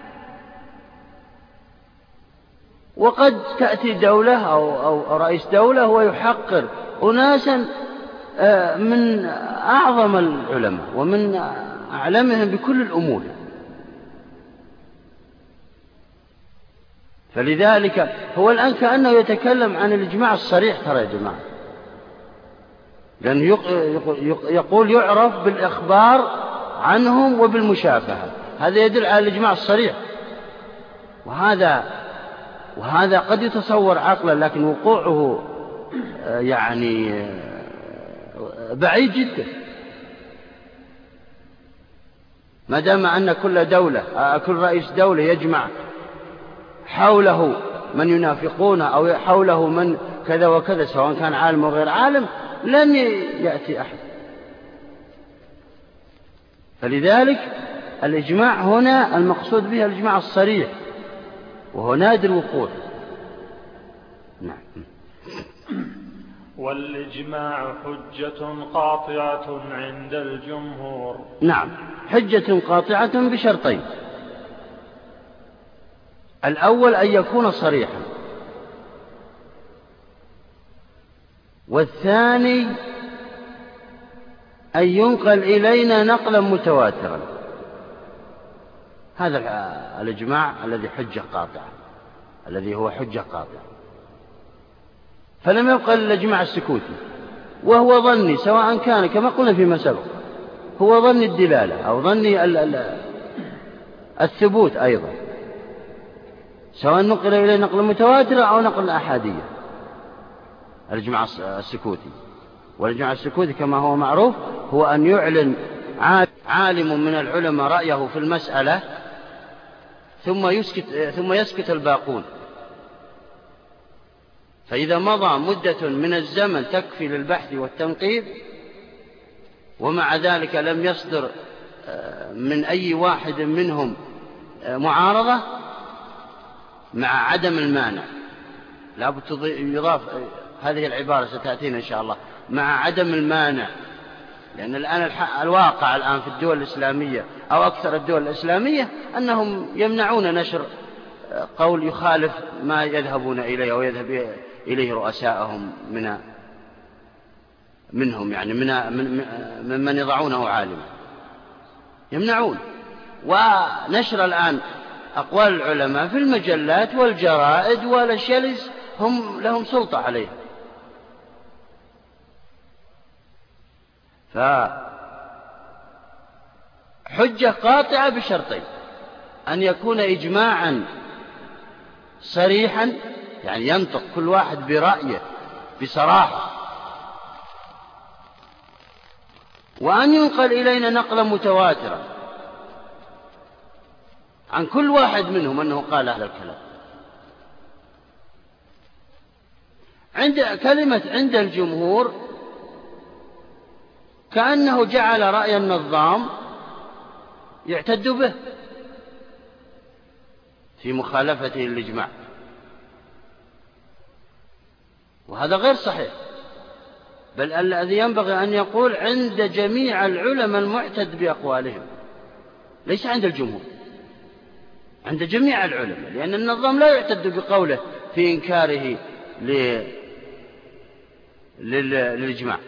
وقد تأتي دولة أو, أو رئيس دولة ويحقر أناسا من أعظم العلماء ومن أعلمهم بكل الأمور. فلذلك هو الآن كأنه يتكلم عن الإجماع الصريح، ترى يا جماعة، لأنه يقول يعرف بالإخبار عنهم وبالمشافهة، هذا يدل على الإجماع الصريح، وهذا وهذا قد يتصور عقلا، لكن وقوعه يعني بعيد جدا. ما دام أن كل دولة كل رئيس دولة يجمع حوله من ينافقون أو حوله من كذا وكذا سواء كان عالم أو غير عالم لن يأتي أحد. فلذلك الإجماع هنا المقصود به الإجماع الصريح، وهو نادر وقوعه. نعم. والإجماع حجة قاطعة عند الجمهور. نعم، حجة قاطعة بشرطين: الأول أن يكون صريحا، والثاني أن ينقل إلينا نقلا متواترا. هذا الإجماع الذي حجة قاطعة، الذي هو حجة قاطعة. فلم يبقى الإجماع السكوتي، وهو ظني، سواء كان كما قلنا فيما سبق هو ظني الدلالة أو ظني الثبوت أيضا، سواء نقل إليه نقل متواتر أو نقل أحادية. الإجماع السكوتي، والإجماع السكوتي كما هو معروف هو أن يعلن عالم من العلماء رأيه في المسألة ثم يسكت, ثم يسكت الباقون، فإذا مضى مدة من الزمن تكفي للبحث والتنقيب ومع ذلك لم يصدر من أي واحد منهم معارضة، مع عدم المانع، لا بد يضاف هذه العبارة ستأتينا إن شاء الله، مع عدم المانع، لأن الآن الواقع الآن في الدول الإسلامية أو أكثر الدول الإسلامية أنهم يمنعون نشر قول يخالف ما يذهبون إليه أو يذهب إليه رؤساءهم من منهم، يعني من من من يضعونه عالما، يمنعون. ونشر الآن أقوال العلماء في المجلات والجرائد والأشياء هم لهم سلطة عليها. فحجة قاطعة بشرطين: أن يكون إجماعا صريحا، يعني ينطق كل واحد برأيه بصراحة، وأن ينقل إلينا نقلا متواترا عن كل واحد منهم أنه قال هذا الكلام. عند كلمة عند الجمهور كأنه جعل رأي النظام يعتد به في مخالفته للإجماع، وهذا غير صحيح، بل الذي ينبغي أن يقول عند جميع العلماء المعتد بأقوالهم، ليس عند الجمهور، عند جميع العلماء، لأن النظام لا يعتد بقوله في إنكاره للإجماع.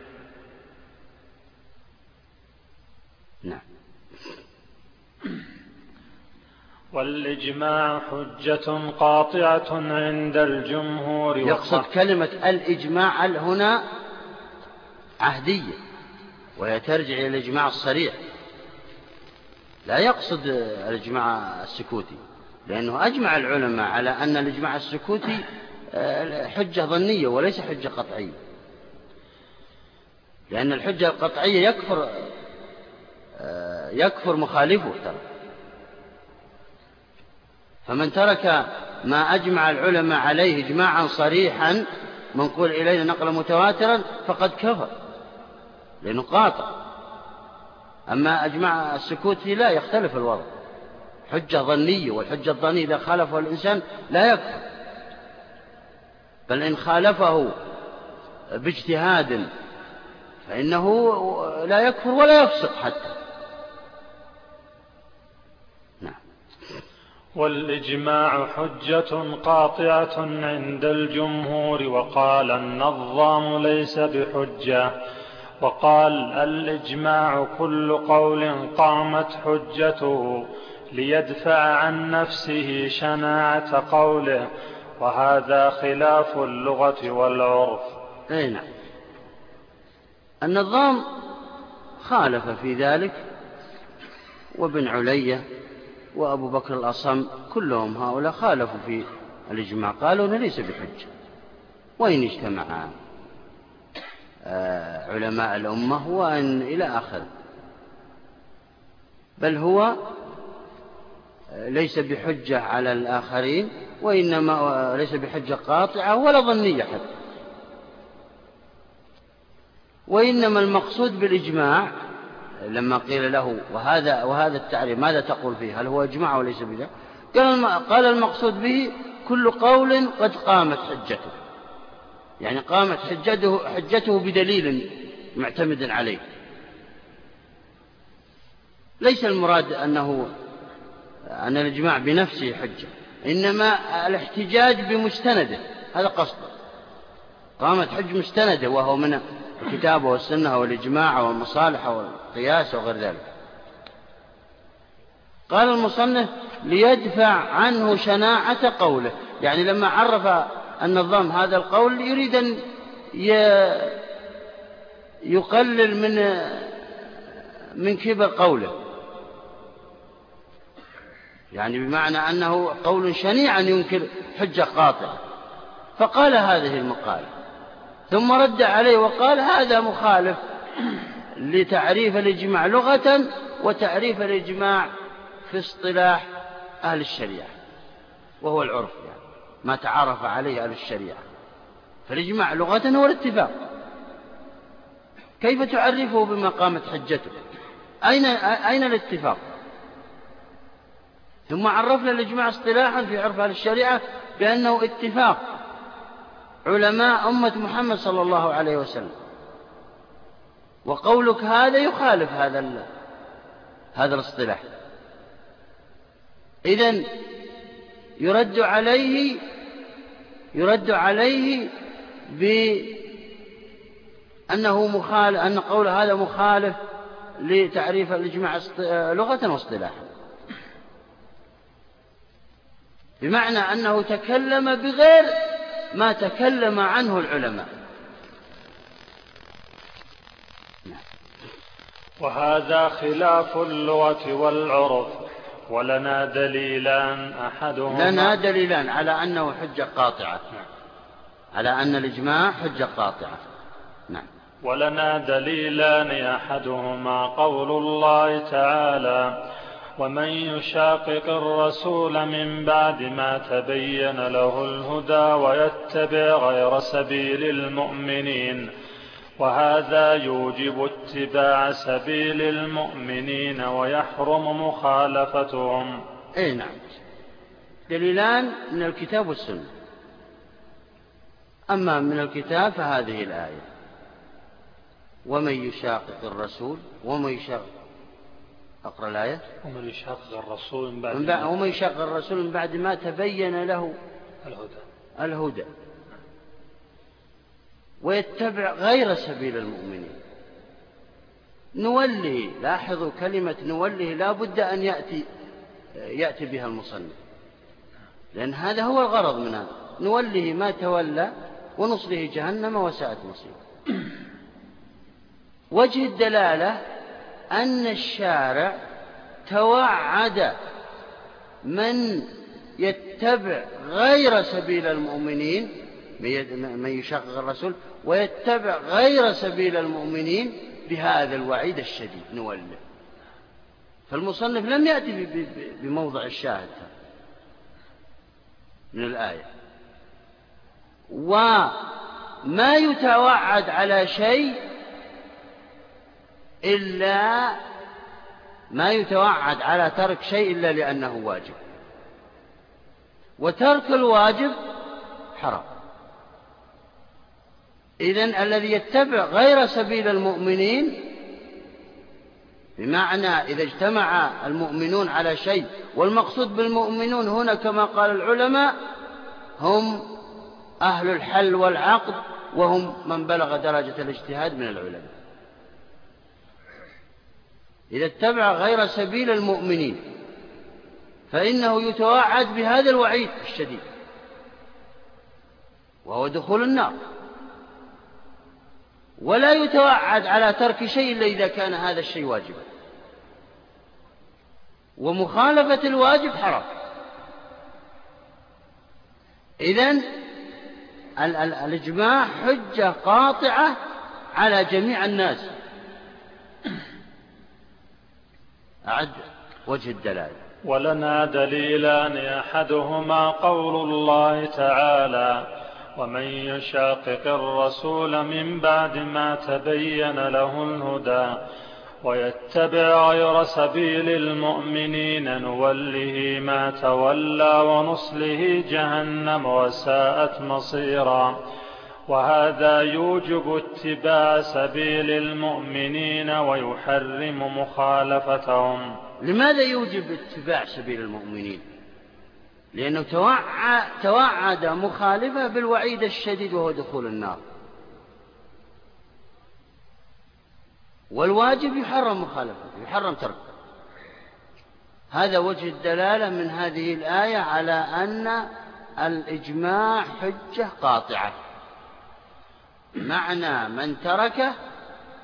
نعم. والإجماع حجة قاطعة عند الجمهور. يقصد كلمة الإجماع هنا عهدية، وهي ترجع إلى الإجماع الصريح، لا يقصد الإجماع السكوتي، لأنه أجمع العلماء على أن الإجماع السكوتي حجة ظنية وليس حجة قطعية، لأن الحجة القطعية يكفر يكفر مخالفه ترى. فمن ترك ما أجمع العلماء عليه إجماعا صريحا منقول إلينا نقلا متواترا فقد كفر، لأنه قاطع. أما أجمع السكوتي لا، يختلف الوضع، حجة ظنية، والحجة الظنية إذا خالفه الإنسان لا يكفر، بل إن خالفه باجتهاد فإنه لا يكفر ولا يفسق حتى. نعم. والإجماع حجة قاطعة عند الجمهور. وقال النظام ليس بحجة، وقال الإجماع كل قول قامت حجته ليدفع عن نفسه شناعة قوله، وهذا خلاف اللغة والعرف. أي نعم. النظام خالف في ذلك، وابن علية وأبو بكر الأصم كلهم هؤلاء خالفوا في الإجماع، قالوا أنه ليس بحجة، وإن اجتمع علماء الأمة وأن إلى آخر، بل هو ليس بحجة على الآخرين، وإنما ليس بحجة قاطعة ولا ظنية حتى، وإنما المقصود بالإجماع لما قيل له وهذا وهذا التعريف ماذا تقول فيه، هل هو إجماع وليس بذلك؟ قال المقصود به كل قول قد قامت حجته، يعني قامت حجته, حجته بدليل معتمد عليه. ليس المراد أنه أن الإجماع بنفسه حجة، إنما الاحتجاج بمستنده، هذا قصده. قامت حج مستنده، وهو من الكتاب والسنة والإجماع والمصالح والقياس وغير ذلك. قال المصنف ليدفع عنه شناعة قوله، يعني لما عرف النظام هذا القول يريد أن يقلل من من كبر قوله، يعني بمعنى أنه قول شنيع أن ينكر حجة قاطعة، فقال هذه المقالة، ثم رد عليه وقال هذا مخالف لتعريف الإجماع لغة وتعريف الإجماع في اصطلاح أهل الشريعة، وهو العرف، يعني ما تعارف عليه أهل الشريعة. فالإجماع لغة هو الاتفاق، كيف تعرفه بما قامت حجته؟ أين, أين الاتفاق؟ ثم عرفنا الإجماع اصطلاحا في عرف أهل الشريعة بأنه اتفاق علماء أمة محمد صلى الله عليه وسلم، وقولك هذا يخالف هذا هذا الاصطلاح. إذن يرد عليه يرد عليه بأنه مخالف، أن قول هذا مخالف لتعريف الإجماع لغة واصطلاحا، بمعنى أنه تكلم بغير ما تكلم عنه العلماء. وهذا خلاف اللغة والعرف، ولنا دليلان أحدهما لنا دليلان على أنه حجة قاطعة، على أن الإجماع حجة قاطعة. نعم. ولنا دليلان أحدهما قول الله تعالى: ومن يشاقق الرسول من بعد ما تبين له الهدى ويتبع غير سبيل المؤمنين، وهذا يوجب اتباع سبيل المؤمنين ويحرم مخالفتهم. أي نعم، دليلان من الكتاب والسنة. أما من الكتاب فهذه الآية: ومن يشاقق الرسول ومن يشاقق أقرأ الآية: ومن يشاقق الرسول من بعد, من بعد ومن يشاقق الرسول من بعد ما تبين له الهدى الهدى ويتبع غير سبيل المؤمنين نوله. لاحظوا كلمة نوله لا بد أن يأتي يأتي بها المصنف، لأن هذا هو الغرض من هذا: نوله ما تولى ونصله جهنم وساءت مصيره. وجه الدلالة أن الشارع توعد من يتبع غير سبيل المؤمنين، من يشاقق الرسول ويتبع غير سبيل المؤمنين، بهذا الوعيد الشديد نوله. فالمصنف لم يأتي بموضع الشاهد من الآية، وما يتوعد على شيء إلا ما يتوعد على ترك شيء إلا لأنه واجب، وترك الواجب حرام. إذن الذي يتبع غير سبيل المؤمنين، بمعنى إذا اجتمع المؤمنون على شيء، والمقصود بالمؤمنون هنا كما قال العلماء هم أهل الحل والعقد، وهم من بلغ درجة الاجتهاد من العلماء. إذا اتبع غير سبيل المؤمنين فإنه يتوعد بهذا الوعيد الشديد، وهو دخول النار. ولا يتوعد على ترك شيء إلا إذا كان هذا الشيء واجبا، ومخالفة الواجب حرام. إذن الإجماع حجة قاطعة على جميع الناس. أعد وجه الدلالة: ولنا دليلان أحدهما قول الله تعالى: ومن يشاقق الرسول من بعد ما تبين له الهدى ويتبع غير سبيل المؤمنين نوله ما تولى ونصله جهنم وساءت مصيرا، وهذا يوجب اتباع سبيل المؤمنين ويحرم مخالفتهم. لماذا يوجب اتباع سبيل المؤمنين؟ لأنه توعد, توعد مخالفة بالوعيد الشديد وهو دخول النار، والواجب يحرم مخالفته، يحرم تركه. هذا وجه الدلالة من هذه الآية على أن الإجماع حجة قاطعة، معنى من تركه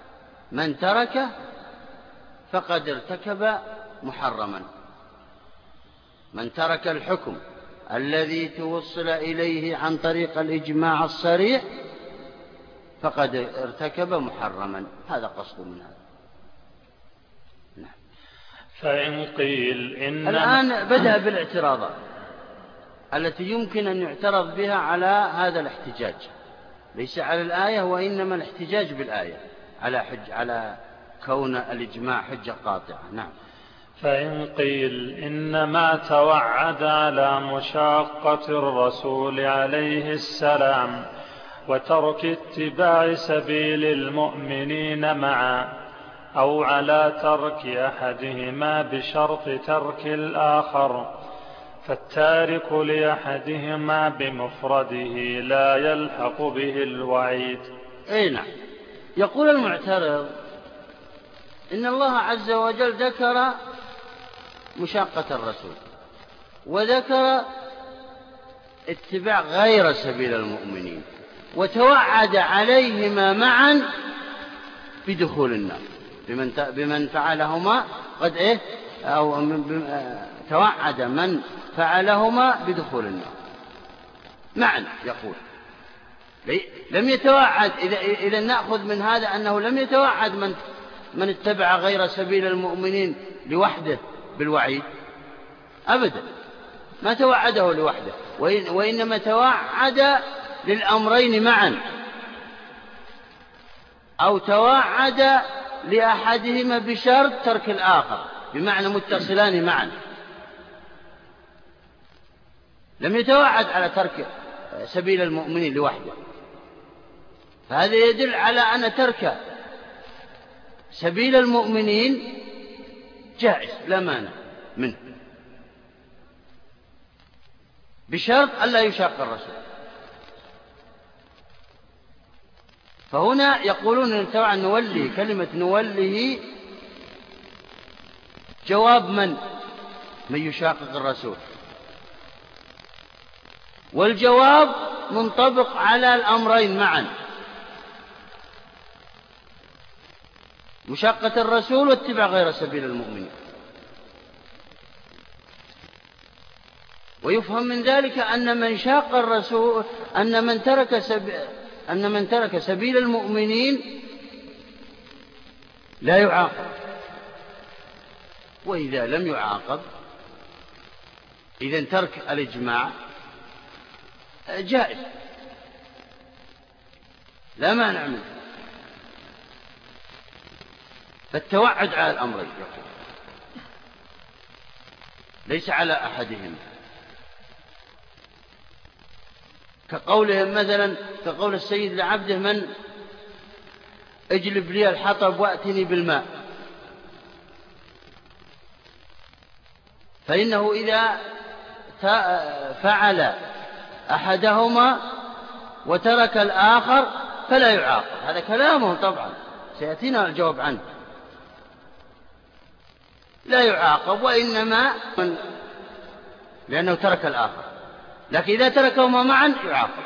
من تركه فقد ارتكب محرما. من ترك الحكم الذي توصل إليه عن طريق الإجماع الصريح فقد ارتكب محرما. هذا قصد من هذا. نعم. فإن قيل إن الآن بدأ بالاعتراضات التي يمكن أن يعترض بها على هذا الاحتجاج، ليس على الآية وإنما الاحتجاج بالآية على حج على كون الإجماع حجة قاطعة. نعم. فإن قيل إنما توعد على مشاقة الرسول عليه السلام وترك اتباع سبيل المؤمنين معا، أو على ترك أحدهما بشرط ترك الآخر، فالتارك لأحدهما بمفرده لا يلحق به الوعيد. أي نعم. يقول المعترض إن الله عز وجل ذكر مشاقة الرسول وذكر اتباع غير سبيل المؤمنين وتوعد عليهما معا بدخول النار بمن بمن فعلهما قد إيه أو توعد من فعلهما بدخول النار معا. يقول لم يتوعد. إذا إذا نأخذ من هذا أنه لم يتوعد من من اتبع غير سبيل المؤمنين لوحده بالوعيد أبدا، ما توعده لوحده، وإنما توعد للأمرين معا، أو توعد لأحدهما بشرط ترك الآخر، بمعنى متصلان معا. لم يتوعد على ترك سبيل المؤمنين لوحده. فهذا يدل على أن ترك سبيل المؤمنين جائز لا مانع منه، بشرط ألا يشاق الرسول. فهنا يقولون أن طبعا نولي، كلمة نوله جواب من من يشاقق الرسول، والجواب منطبق على الأمرين معا، مشاقة الرسول واتباع غير سبيل المؤمنين. ويفهم من ذلك أن من شاق الرسول أن من ترك سبيل أن من ترك سبيل المؤمنين لا يعاقب، وإذا لم يعاقب إذن ترك الإجماع جائز لا مانع منه. فالتوعد على الأمرين يقول ليس على أحدهم، كقولهم مثلا كقول السيد لعبده من اجلب لي الحطب وأتني بالماء، فإنه إذا فعل أحدهما وترك الآخر فلا يعاقب. هذا كلامه طبعا سيأتينا الجواب عنه. لا يعاقب وإنما لأنه ترك الآخر، لكن إذا تركهما معا يعاقب.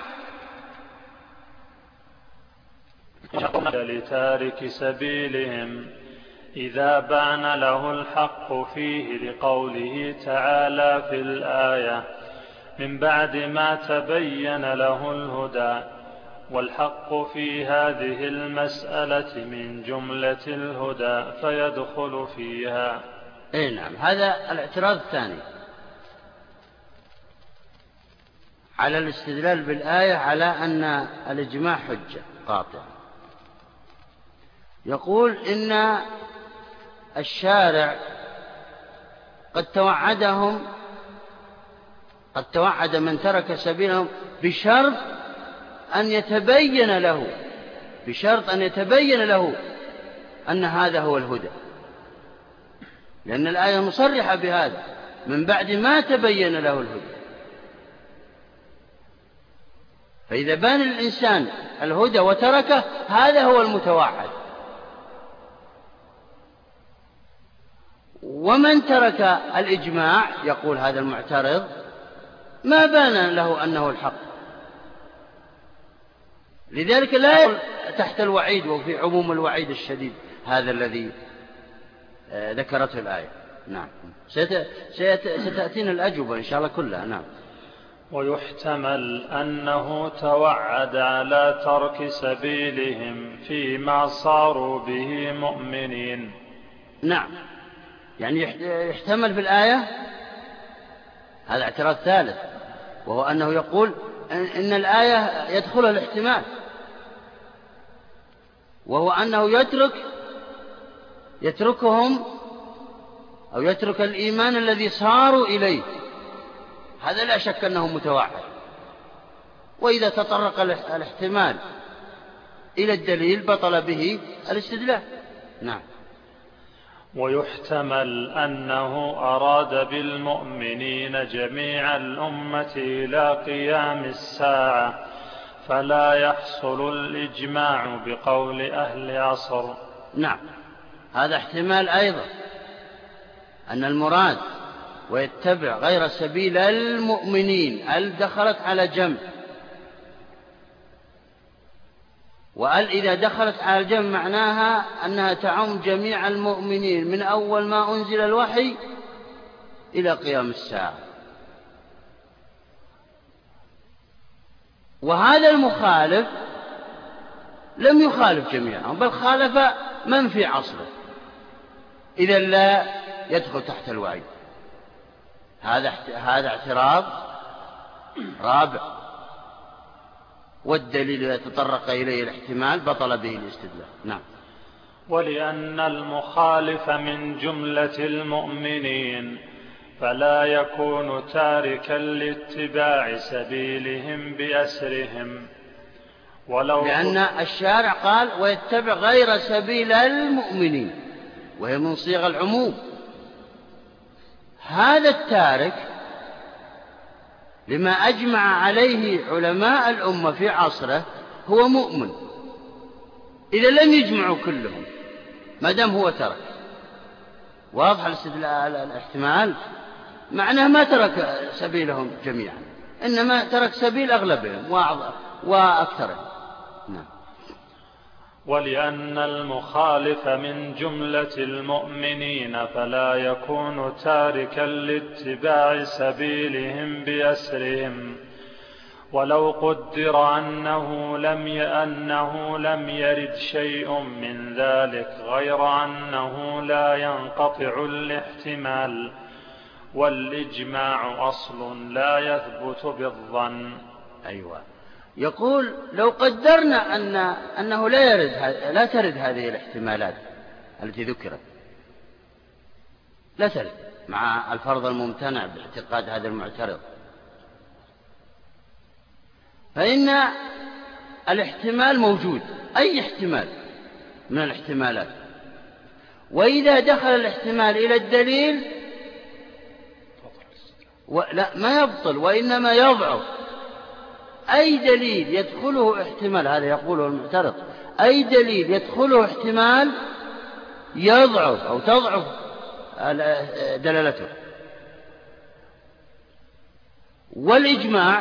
لتارك سبيلهم إذا بان له الحق فيه، لقوله تعالى في الآية من بعد ما تبين له الهدى، والحق في هذه المسألة من جملة الهدى فيدخل فيها. إيه نعم. هذا الاعتراض الثاني على الاستدلال بالآية على أن الإجماع حجة قاطعة. يقول إن الشارع قد توعدهم قد توعد من ترك سبيلهم بشرط أن يتبين له بشرط أن يتبين له أن هذا هو الهدى، لأن الآية مصرحة بهذا من بعد ما تبين له الهدى. فإذا بان الإنسان الهدى وتركه هذا هو المتوعد. ومن ترك الإجماع يقول هذا المعترض ما بان له أنه الحق، لذلك لا تحت الوعيد وفي عموم الوعيد الشديد هذا الذي ذكرته الآية. نعم. ست... ست... ستأتينا الأجوبة إن شاء الله كلها. نعم. ويحتمل أنه توعد على ترك سبيلهم فيما صاروا به مؤمنين. نعم، يعني يحتمل في الآية هذا اعتراض ثالث، وهو أنه يقول إن الآية يدخلها الاحتمال، وهو أنه يترك يتركهم أو يترك الإيمان الذي صاروا إليه، هذا لا شك أنه متوعد. وإذا تطرق الاحتمال إلى الدليل بطل به الاستدلال. نعم. ويحتمل أنه أراد بالمؤمنين جميع الأمة إلى قيام الساعة، فلا يحصل الإجماع بقول أهل عصر. نعم، هذا احتمال أيضا، أن المراد ويتبع غير سبيل المؤمنين، ال دخلت على جمع، وال إذا دخلت على الجمع معناها أنها تعم جميع المؤمنين من أول ما أنزل الوحي إلى قيام الساعة. وهذا المخالف لم يخالف جميعهم، بل خالف من في عصره، إذا لا يدخل تحت الوعي. هذا هذا اعتراض رابع، والدليل إذا تطرق إليه الاحتمال بطل به الاستدلال. نعم. ولأن المخالف من جملة المؤمنين فلا يكون تاركا لاتباع سبيلهم بأسرهم، ولو لأن الشارع قال ويتبع غير سبيل المؤمنين، وهي من صيغ العموم. هذا التارك لما أجمع عليه علماء الأمة في عصره هو مؤمن، إذا لم يجمعوا كلهم ما دام هو ترك. واضح الاحتمال، معناه ما ترك سبيلهم جميعا، إنما ترك سبيل أغلبهم وأكثرهم. نعم. ولأن المخالف من جملة المؤمنين فلا يكون تاركا لاتباع سبيلهم بأسرهم، ولو قدر أنه لم أنه لم يرد شيء من ذلك، غير أنه لا ينقطع الاحتمال، والإجماع أصل لا يثبت بالظن. أيوة، يقول لو قدرنا أن أنه لا يرد لا ترد هذه الاحتمالات التي ذكرت، لا ترد مع الفرض الممتنع باعتقاد هذا المعترض، فإن الاحتمال موجود، أي احتمال من الاحتمالات، وإذا دخل الاحتمال إلى الدليل لا ما يبطل وإنما يضعف. أي دليل يدخله احتمال، هذا يقوله المعترض، أي دليل يدخله احتمال يضعف أو تضعف دلالته. والإجماع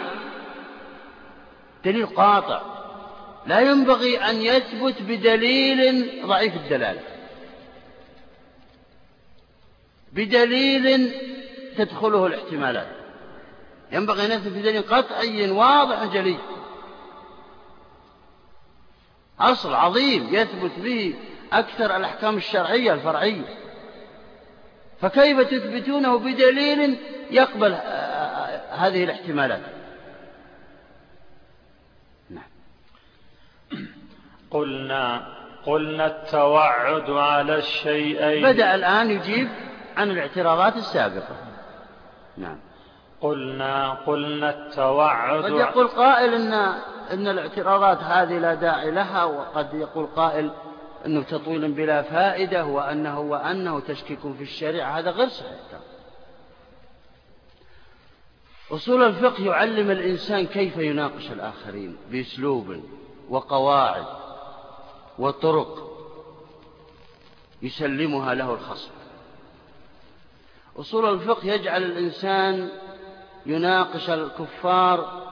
دليل قاطع، لا ينبغي أن يثبت بدليل ضعيف الدلالة، بدليل تدخله الاحتمالات، ينبغي أن يثبت بدليل قطعي واضح جلي، أصل عظيم يثبت به أكثر الأحكام الشرعية الفرعية، فكيف تثبتونه بدليل يقبل هذه الاحتمالات؟ نعم. قلنا قلنا التوعد على الشيئين. بدأ الآن يجيب عن الاعتراضات السابقة. نعم. قلنا قلنا التوعد. قد يقول قائل إن إن الاعتراضات هذه لا داعي لها، وقد يقول قائل أنه تطويل بلا فائدة، وأنه وأنه تشكيك في الشريعة، هذا غير صحيح. أصول الفقه يعلم الإنسان كيف يناقش الآخرين بأسلوب وقواعد وطرق يسلمها له الخصم. أصول الفقه يجعل الإنسان يناقش الكفار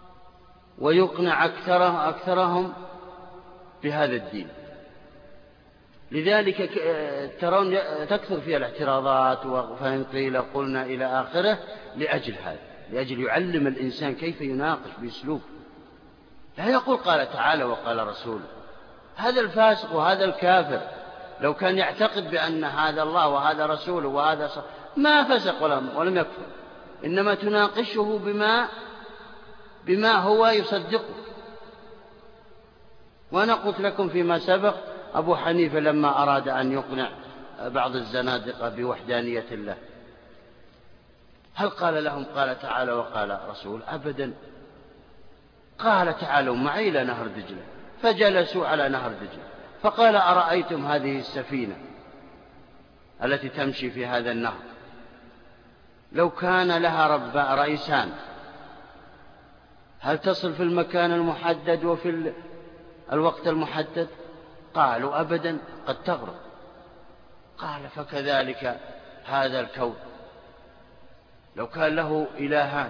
ويقنع أكثره أكثرهم بهذا الدين، لذلك ترون تكثر فيها الاعتراضات، فإن قيل قلنا إلى آخره، لأجل هذا، لأجل يعلم الإنسان كيف يناقش بأسلوب. لا يقول قال تعالى وقال رسوله. هذا الفاسق وهذا الكافر لو كان يعتقد بأن هذا الله وهذا رسوله وهذا صح ما فسق ولم يكفر، إنما تناقشه بما بما هو يصدقه. وأنا قلت لكم فيما سبق أبو حنيفة لما أراد أن يقنع بعض الزنادقة بوحدانية الله، هل قال لهم قال تعالى وقال رسول؟ أبدا. قال تعالوا معي إلى نهر دجلة، فجلسوا على نهر دجلة، فقال أرأيتم هذه السفينة التي تمشي في هذا النهر لو كان لها رب رئيسان هل تصل في المكان المحدد وفي الوقت المحدد؟ قالوا أبدا، قد تغرق. قال فكذلك هذا الكون لو كان له إلهان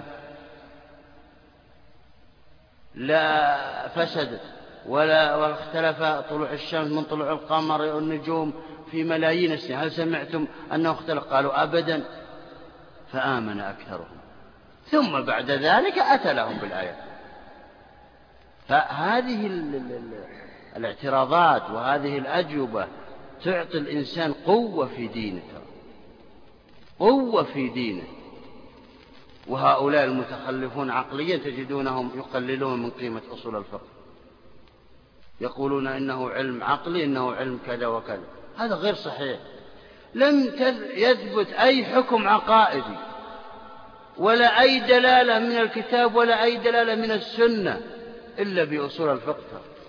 لا فسدت ولا واختلف طلوع الشمس من طلوع القمر والنجوم في ملايين السنين، هل سمعتم أنه اختلف؟ قالوا أبدا. فآمن أكثرهم، ثم بعد ذلك أتى لهم بالآيات. فهذه الاعتراضات وهذه الأجوبة تعطي الإنسان قوة في دينه، قوة في دينه. وهؤلاء المتخلفون عقليا تجدونهم يقللون من قيمة أصول الفقه، يقولون إنه علم عقلي، إنه علم كذا وكذا. هذا غير صحيح. لم يثبت أي حكم عقائدي ولا أي دلالة من الكتاب ولا أي دلالة من السنة إلا بأصول الفقه.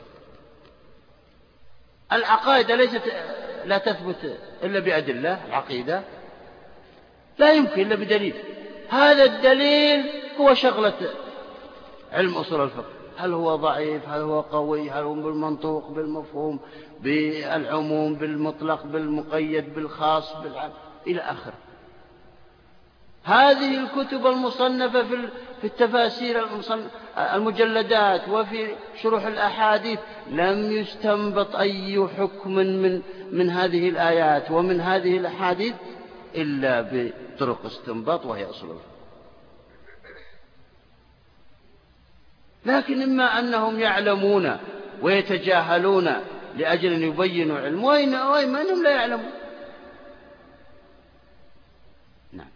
العقائد ليست لا تثبت إلا بأدلة، العقيدة لا يمكن إلا بدليل. هذا الدليل هو شغلة علم أصول الفقه، هل هو ضعيف، هل هو قوي، هل هو بالمنطوق، بالمفهوم، بالعموم، بالمطلق، بالمقيد، بالخاص، بالعام، إلى آخره. هذه الكتب المصنفة في التفاسير المجلدات وفي شروح الأحاديث لم يستنبط أي حكم من من هذه الآيات ومن هذه الأحاديث إلا بطرق استنباط وهي أصول الفقه. لكن إما أنهم يعلمون ويتجاهلون لأجل أن يبينوا علم، وإما أنهم لا يعلمون. نعم.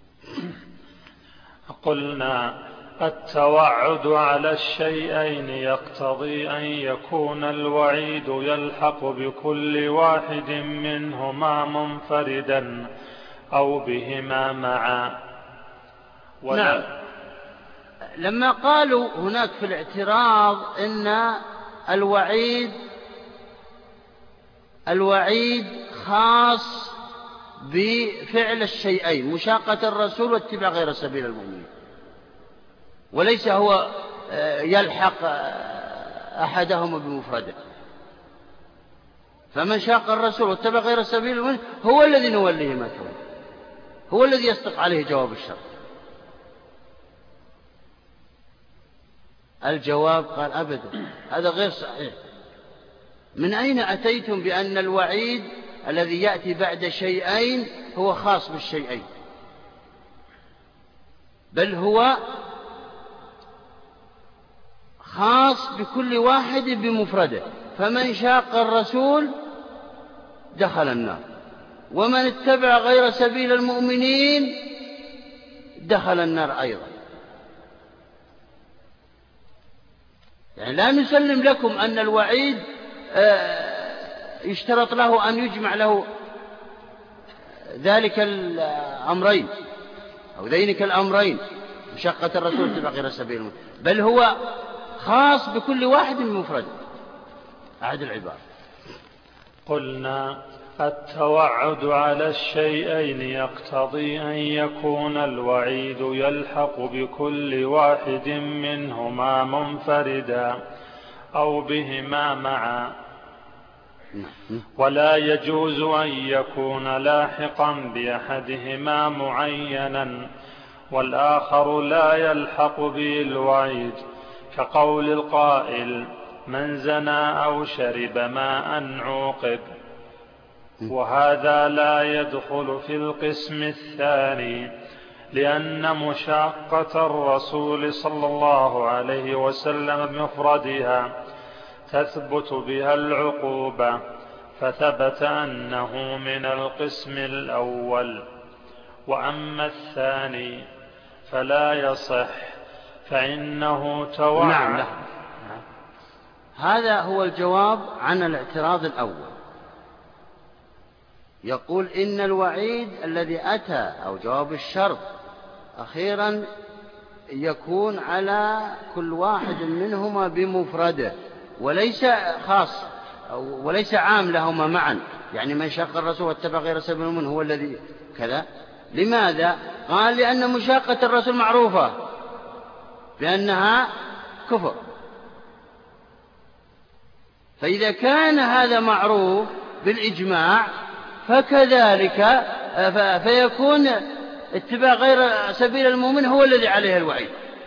قلنا التوعد على الشيئين يقتضي أن يكون الوعيد يلحق بكل واحد منهما منفردا أو بهما معا. نعم. لما قالوا هناك في الاعتراض إن الوعيد الوعيد خاص بفعل الشيئين، مشاقة الرسول واتباع غير سبيل المؤمنين، وليس هو يلحق أحدهما بمفرده. فمن شاق الرسول واتبع غير سبيل المؤمنين هو الذي نوليه ما تولى، هو الذي يصدق عليه جواب الشر. الجواب قال أبدا، هذا غير صحيح. من أين أتيتم بأن الوعيد الذي يأتي بعد شيئين هو خاص بالشيئين؟ بل هو خاص بكل واحد بمفرده. فمن شاق الرسول دخل النار، ومن اتبع غير سبيل المؤمنين دخل النار أيضا. يعني لا نسلم لكم أن الوعيد يشترط له أن يجمع له ذلك الأمرين أو ذينك الأمرين، مشقة الرسول تبع غير سبيل المؤمنين، بل هو خاص بكل واحد مفرد. أعد العبارة. قلنا التوعد على الشيئين يقتضي أن يكون الوعيد يلحق بكل واحد منهما منفردا أو بهما معا، ولا يجوز أن يكون لاحقا بأحدهما معينا والآخر لا يلحق به الوعيد، كقول القائل من زنى أو شرب ماء عوقب. وهذا لا يدخل في القسم الثاني، لأن مشاقة الرسول صلى الله عليه وسلم بمفردها تثبت بها العقوبة، فثبت أنه من القسم الأول. وأما الثاني فلا يصح، فإنه توعد. نعم لا. هذا هو الجواب عن الاعتراض الأول. يقول إن الوعيد الذي أتى أو جواب الشرط أخيرا يكون على كل واحد منهما بمفرده، وليس خاص وليس عام لهما معا، يعني من شاق الرسول واتبع غير سبيل المؤمنين هو الذي كذا. لماذا؟ قال لأن مشاقة الرسول معروفة بأنها كفر، فإذا كان هذا معروف بالإجماع فكذلك فيكون اتباع غير سبيل المؤمن هو الذي عليه الوعيد.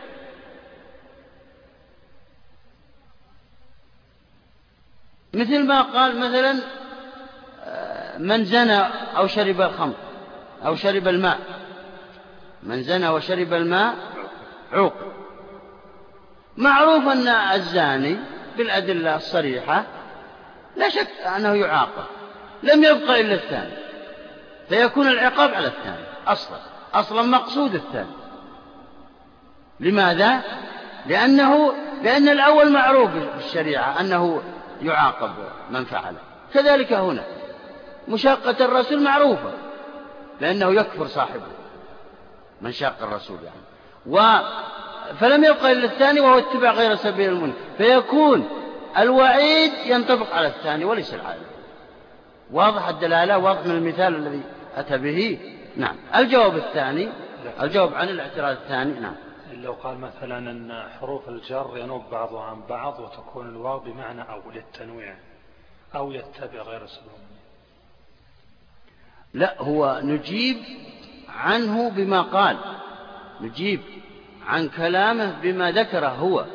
مثل ما قال مثلا من زنى أو شرب الخمر أو شرب الماء، من زنى وشرب الماء عوقب. معروف أن الزاني بالأدلة الصريحة لا شك أنه يعاقب، لم يبقى إلا الثاني، فيكون العقاب على الثاني أصلا أصلا مقصود الثاني. لماذا؟ لأنه لأن الأول معروف بالشريعة أنه يعاقب من فعله، كذلك هنا مشاقة الرسول معروفة لأنه يكفر صاحبه من شاق الرسول يعني. و فلم يبقى إلا الثاني وهو اتباع غير سبيل المؤمنين، فيكون الوعيد ينطبق على الثاني وليس العالم. واضح الدلالة، واضح من المثال الذي أتى به. نعم. الجواب الثاني، الجواب عن الاعتراض الثاني. نعم. لو قال مثلا أن حروف الجر ينوب بعضها عن بعض وتكون الواو بمعنى أو للتنويع أو يتبع غير سبيل المؤمنين. لا، هو نجيب عنه بما قال، نجيب عن كلامه بما ذكره هو،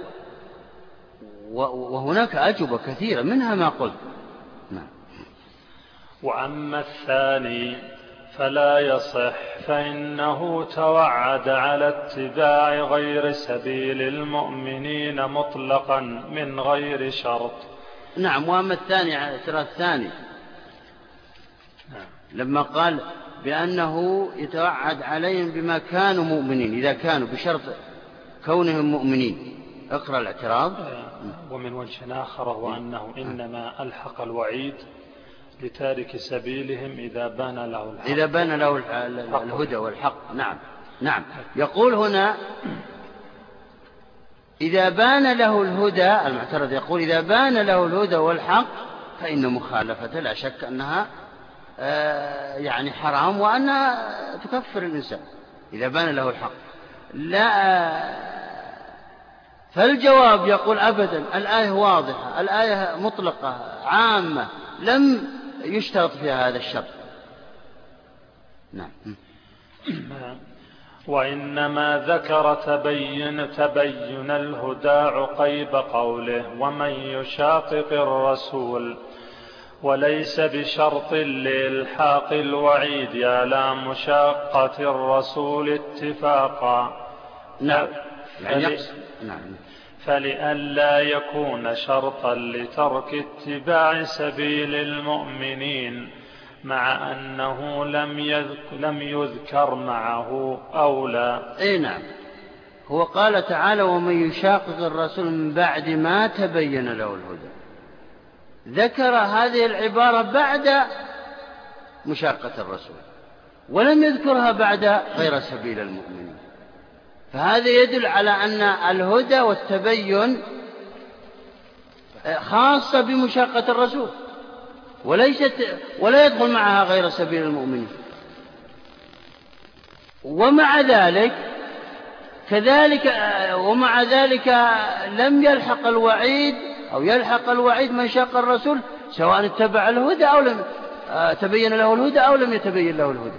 وهناك أجوبة كثيرة منها ما قلت. نعم. وأما الثاني فلا يصح، فإنه توعد على اتباع غير سبيل المؤمنين مطلقا من غير شرط. نعم. وأما الثاني على الاعتراض الثاني نعم. لما قال بأنه يتوعد عليهم بما كانوا مؤمنين إذا كانوا بشرط كونهم مؤمنين. اقرأ الاعتراض. ومن وجه آخر هو أنه إنما ألحق الوعيد لتارك سبيلهم إذا بان له الحق، إذا بان له الهدى والحق. نعم. نعم. يقول هنا إذا بان له الهدى، المعترض يقول إذا بان له الهدى والحق فإن مخالفة لا شك أنها يعني حرام وأنها تكفر الإنسان إذا بان له الحق. لا، فالجواب يقول أبدا، الآية واضحة، الآية مطلقة عامة لم يشترط فيها هذا الشرط. نعم. وإنما ذكر تبين تبين الهدى عقيب قوله ومن يشاقق الرسول، وليس بشرط لإلحاق الوعيد على مشاقة الرسول اتفاقا. نعم. فل... نعم. فلئلا يكون شرطا لترك اتباع سبيل المؤمنين مع أنه لم يذكر, لم يذكر معه أولى. أي نعم. هو قال تعالى ومن يشاقق الرسول من بعد ما تبين له الهدى، ذكر هذه العبارة بعد مشاقة الرسول ولم يذكرها بعد غير سبيل المؤمنين، فهذا يدل على أن الهدى والتبين خاصة بمشاقة الرسول وليست ولا يدخل معها غير سبيل المؤمنين. ومع ذلك كذلك ومع ذلك لم يلحق الوعيد أو يلحق الوعيد من شاق الرسول سواء اتبع الهدى أو لم تبين له الهدى أو لم يتبين له الهدى.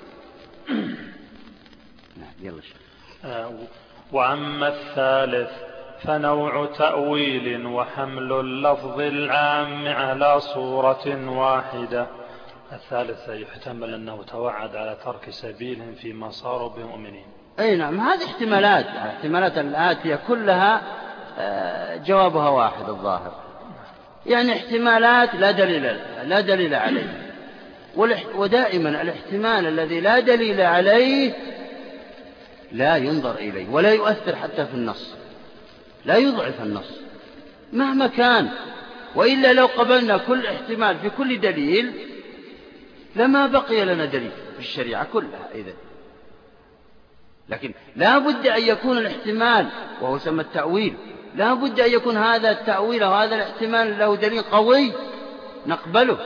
يلا شيخ. وأما الثالث فنوع تأويل وحمل اللفظ العام على صورة واحدة الثالثة يحتمل أنه توعد على ترك سبيلهم فيما صاروا بمؤمنين. أي نعم، هذه احتمالات، احتمالات الآتية كلها جوابها واحد الظاهر، يعني احتمالات لا دليل لا دليل عليه. ودائما الاحتمال الذي لا دليل عليه لا ينظر إليه ولا يؤثر حتى في النص، لا يضعف النص مهما كان. وإلا لو قبلنا كل احتمال في كل دليل لما بقي لنا دليل في الشريعة كلها إذن. لكن لا بد أن يكون الاحتمال، وهو سمى التأويل، لا بد أن يكون هذا التأويل وهذا الاحتمال له دليل قوي نقبله.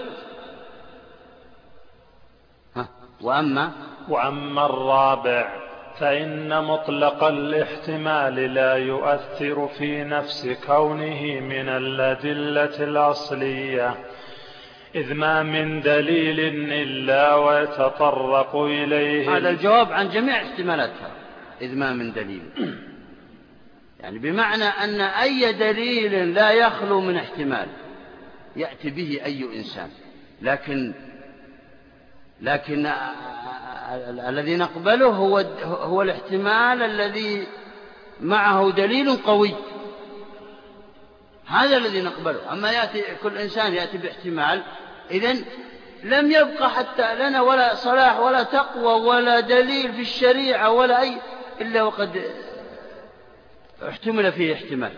ها وأما وأما الرابع فإن مطلق الاحتمال لا يؤثر في نفس كونه من الأدلة الأصلية، إذ ما من دليل إلا ويتطرق إليه. هذا الجواب عن جميع احتمالاتها، إذ ما من دليل، يعني بمعنى أن أي دليل لا يخلو من احتمال يأتي به أي إنسان، لكن لكن الذي نقبله هو هو الاحتمال الذي معه دليل قوي، هذا الذي نقبله. أما يأتي كل إنسان يأتي باحتمال، إذن لم يبقى حتى لنا ولا صلاح ولا تقوى ولا دليل في الشريعة ولا أي إلا وقد احتمل فيه احتمال.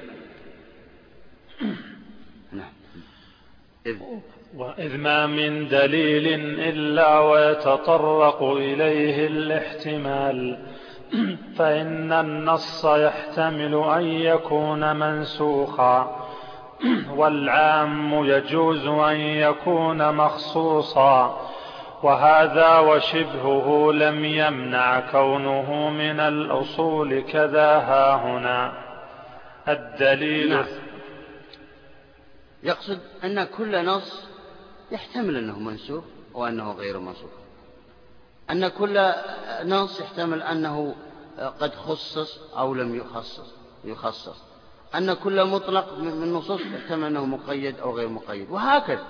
نعم. إذ وإذ ما من دليل إلا ويتطرق إليه الاحتمال، فإن النص يحتمل أن يكون منسوخا، والعام يجوز أن يكون مخصوصا، وهذا وشبهه لم يمنع كونه من الأصول كذا ها هنا. الدليل نعم. يقصد أن كل نص يحتمل أنه منسوخ وأنه غير منسوخ، أن كل نص يحتمل أنه قد خصص أو لم يخصص يخصص، أن كل مطلق من النصوص يحتمل أنه مقيد أو غير مقيد، وهكذا.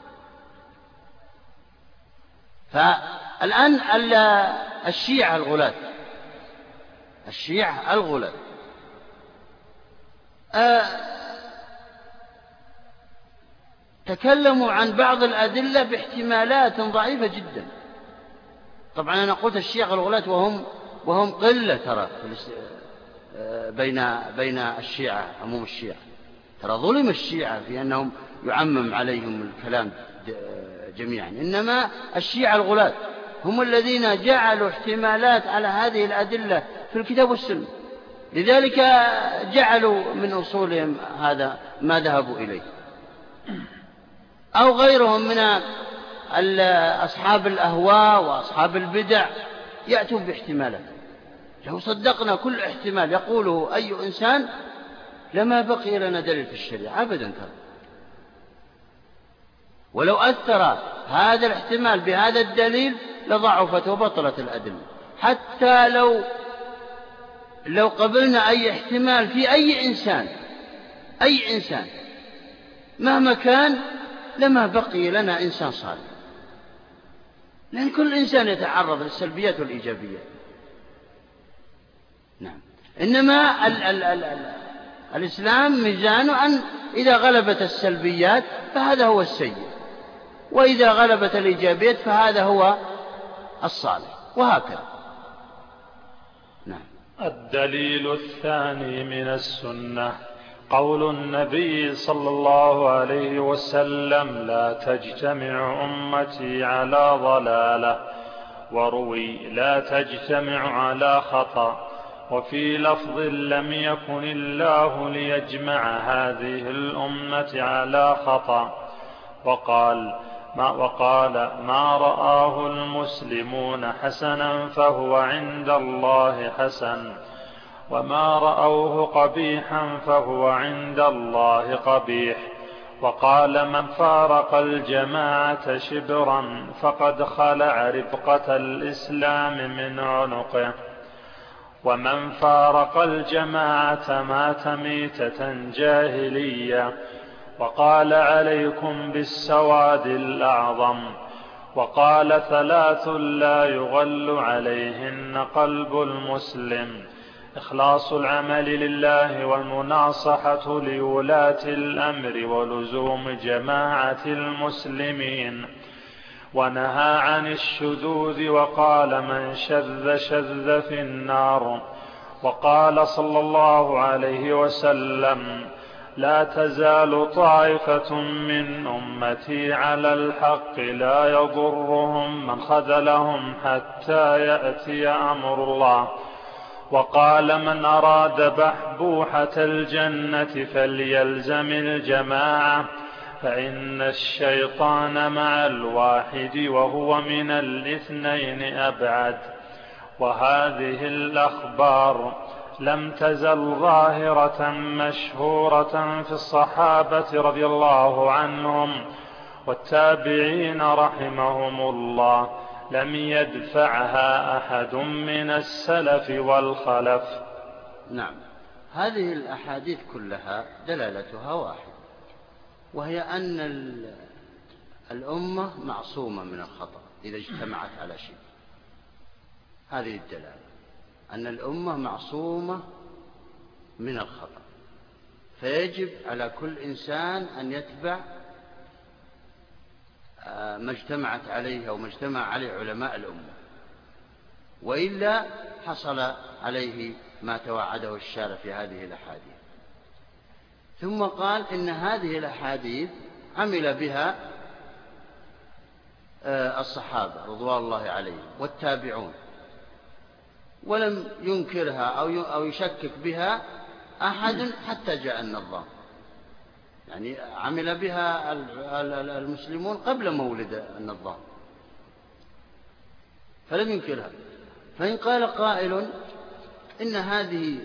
فالآن الشيعة الغلاة الشيعة الغلاة أه تكلموا عن بعض الأدلة باحتمالات ضعيفة جدا. طبعا أنا قلت الشيعة الغلاة وهم وهم قلة ترى بين بين الشيعة، عموم الشيعة، ترى ظلم الشيعة في أنهم يعمم عليهم الكلام جميعا، إنما الشيعة الغلاة هم الذين جعلوا احتمالات على هذه الأدلة في الكتاب والسنة، لذلك جعلوا من أصولهم هذا ما ذهبوا إليه. أو غيرهم من أصحاب الأهواء وأصحاب البدع يأتون باحتمالات، لو صدقنا كل احتمال يقوله أي إنسان لما بقي لنا دليل في الشريعة أبدا ترى. ولو أثر هذا الاحتمال بهذا الدليل لضعفت وبطلت الأدلة. حتى لو لو قبلنا أي احتمال في أي إنسان أي إنسان مهما كان لما بقي لنا إنسان صالح، لأن كل إنسان يتعرض للسلبيات والإيجابيات. نعم. إنما ال ال ال ال الإسلام ميزانه أن إذا غلبت السلبيات فهذا هو السيء، وإذا غلبت الإيجابيات فهذا هو الصالح، وهكذا. نعم. الدليل الثاني من السنة قول النبي صلى الله عليه وسلم: لا تجتمع أمتي على ضلالة، وروي: لا تجتمع على خطأ، وفي لفظ: لم يكن الله ليجمع هذه الأمة على خطأ. وقال ما, وقال ما رآه المسلمون حسنا فهو عند الله حسن، وما رأوه قبيحا فهو عند الله قبيح. وقال: من فارق الجماعة شبرا فقد خلع ربقة الإسلام من عنقه، ومن فارق الجماعة مات ميتة جاهلية. وقال: عليكم بالسواد الأعظم. وقال ثلاث لا يغل عليهن قلب المسلم: إخلاص العمل لله، والمناصحة لولاة الأمر، ولزوم جماعة المسلمين. ونهى عن الشذوذ وقال: من شذ شذ في النار. وقال صلى الله عليه وسلم: لا تزال طائفة من أمتي على الحق لا يضرهم من خذلهم حتى يأتي أمر الله. وقال: من أراد بحبوحة الجنة فليلزم الجماعة، فإن الشيطان مع الواحد وهو من الاثنين أبعد. وهذه الأخبار لم تزل ظاهرة مشهورة في الصحابة رضي الله عنهم والتابعين رحمهم الله، لم يدفعها أحد من السلف والخلف. نعم، هذه الأحاديث كلها دلالتها واحدة، وهي أن الأمة معصومة من الخطأ إذا اجتمعت على شيء. هذه الدلالة، أن الأمة معصومة من الخطأ، فيجب على كل إنسان أن يتبع ما اجتمعت عليه أو ما اجتمع عليه علماء الأمة، وإلا حصل عليه ما توعده الشارع في هذه الأحاديث. ثم قال إن هذه الأحاديث عمل بها الصحابة رضوان الله عليهم والتابعون، ولم ينكرها أو يشكك بها أحد حتى جاء النظام. يعني عمل بها المسلمون قبل مولد النظام فلم ينكرها. فإن قال قائل إن هذه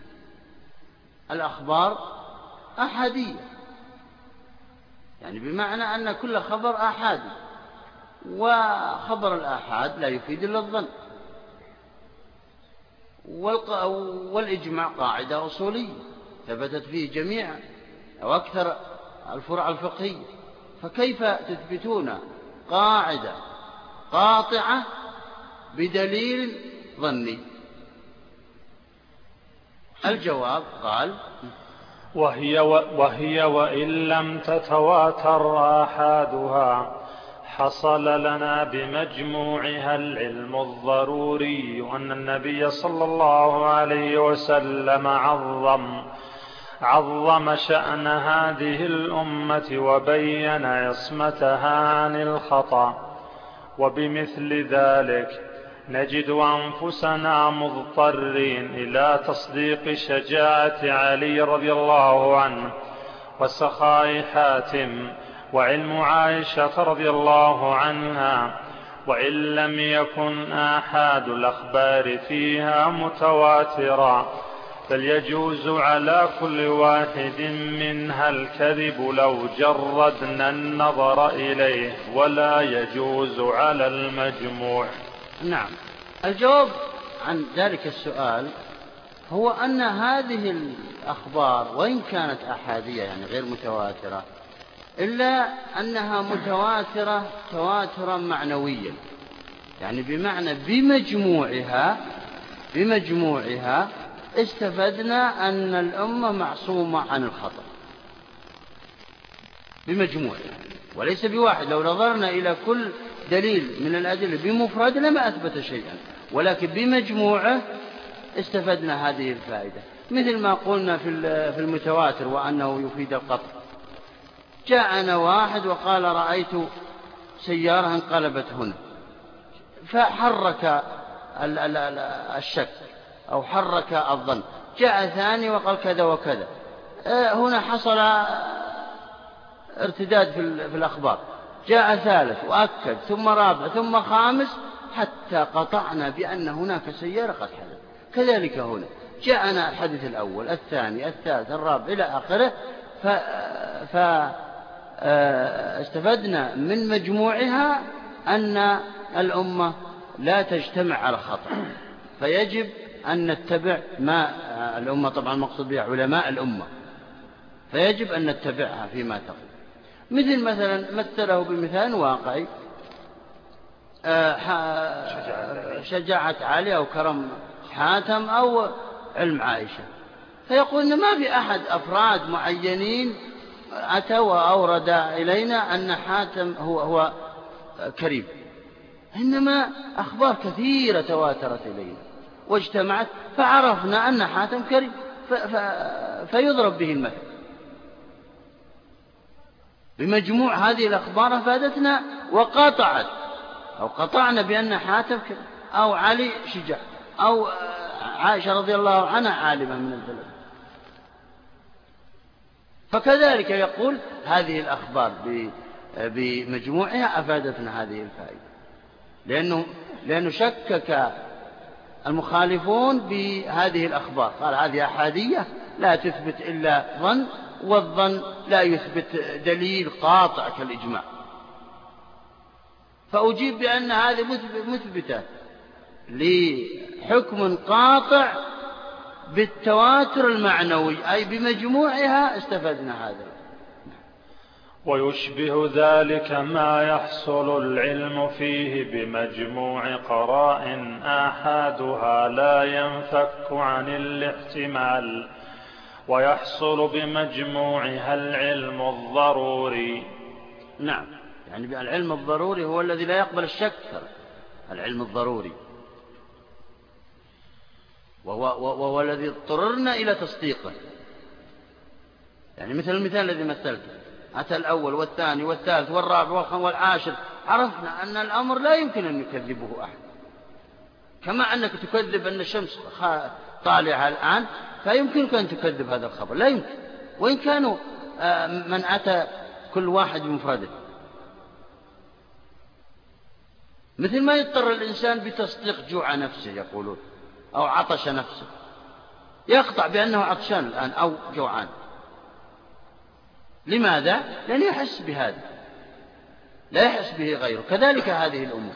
الأخبار أحادية، يعني بمعنى أن كل خبر أحادي، وخبر الآحاد لا يفيد إلا الظن، والإجماع قاعدة أصولية ثبتت فيه جميع أو أكثر الفروع الفقهية، فكيف تثبتون قاعدة قاطعة بدليل ظني؟ الجواب قال: وهي, وهي وإن لم تتواتر آحادها حصل لنا بمجموعها العلم الضروري أن النبي صلى الله عليه وسلم عظم عظم شأن هذه الأمة وبين عصمتها عن الخطأ. وبمثل ذلك نجد أنفسنا مضطرين إلى تصديق شجاعة علي رضي الله عنه وسخاء حاتم وعلم عائشة رضي الله عنها، وإن لم يكن آحاد الأخبار فيها متواترا، فليجوز على كل واحد منها الكذب لو جردنا النظر إليه، ولا يجوز على المجموع. نعم، الجواب عن ذلك السؤال هو أن هذه الأخبار وإن كانت أحادية يعني غير متواترة، إلا أنها متواترة تواترا معنويا، يعني بمعنى بمجموعها بمجموعها استفدنا أن الأمة معصومة عن الخطأ بمجموعها، وليس بواحد. لو نظرنا إلى كل دليل من الأدلة بمفرد لما أثبت شيئا، ولكن بمجموعه استفدنا هذه الفائدة. مثل ما قلنا في المتواتر وأنه يفيد القطع. جاءنا واحد وقال: رأيت سيارة انقلبت هنا، فحرك الشك أو حرك الظن. جاء ثاني وقال كذا وكذا، هنا حصل ارتداد في الأخبار. جاء ثالث وأكد، ثم رابع، ثم خامس، حتى قطعنا بأن هناك سيارة قد حدث. كذلك هنا جاءنا الحديث الأول الثاني الثالث الرابع إلى آخره، فاستفدنا من مجموعها أن الأمة لا تجتمع على خطأ، فيجب أن نتبع ما الأمة، طبعا المقصود بها علماء الأمة، فيجب أن نتبعها فيما تقول. مثل مثلا مثله بمثال واقعي، شجاعة علي أو كرم حاتم أو علم عائشة، فيقول إن ما في أحد أفراد معينين أتى وأورد إلينا أن حاتم هو, هو كريم، إنما أخبار كثيرة تواترت إلينا واجتمعت فعرفنا أن حاتم كريم فيضرب به المثل. بمجموع هذه الأخبار أفادتنا وقاطعت أو قطعنا بأن حاتم كريم أو علي شجاع أو عائشة رضي الله عنها عالمة من البلد. فكذلك يقول هذه الأخبار بمجموعها أفادتنا هذه الفائدة، لأنه, لأنه شكك المخالفون بهذه الأخبار، قال هذه أحادية لا تثبت إلا ظن، والظن لا يثبت دليل قاطع كالإجماع. فأجيب بأن هذه مثبتة لحكم قاطع بالتواتر المعنوي، أي بمجموعها استفدنا هذا. ويشبه ذلك ما يحصل العلم فيه بمجموع قرائن آحادها لا ينفك عن الاحتمال، ويحصل بمجموعها العلم الضروري. نعم، يعني العلم الضروري هو الذي لا يقبل الشك، العلم الضروري وهو, وهو الذي اضطررنا إلى تصديقه. يعني مثل المثال الذي مثلته، أتى الأول والثاني والثالث والرابع والخامس والعاشر، عرفنا أن الأمر لا يمكن أن يكذبه أحد، كما أنك تكذب أن الشمس طالعة الآن فيمكنك أن تكذب هذا الخبر، لا يمكن، وإن كانوا من أتى كل واحد بمفرده. مثل ما يضطر الإنسان بتصديق جوع نفسه يقولون، أو عطش نفسه، يقطع بأنه عطشان الآن أو جوعان. لماذا؟ لأنه يحس بهذا، لا يحس به غيره. كذلك هذه الأمور.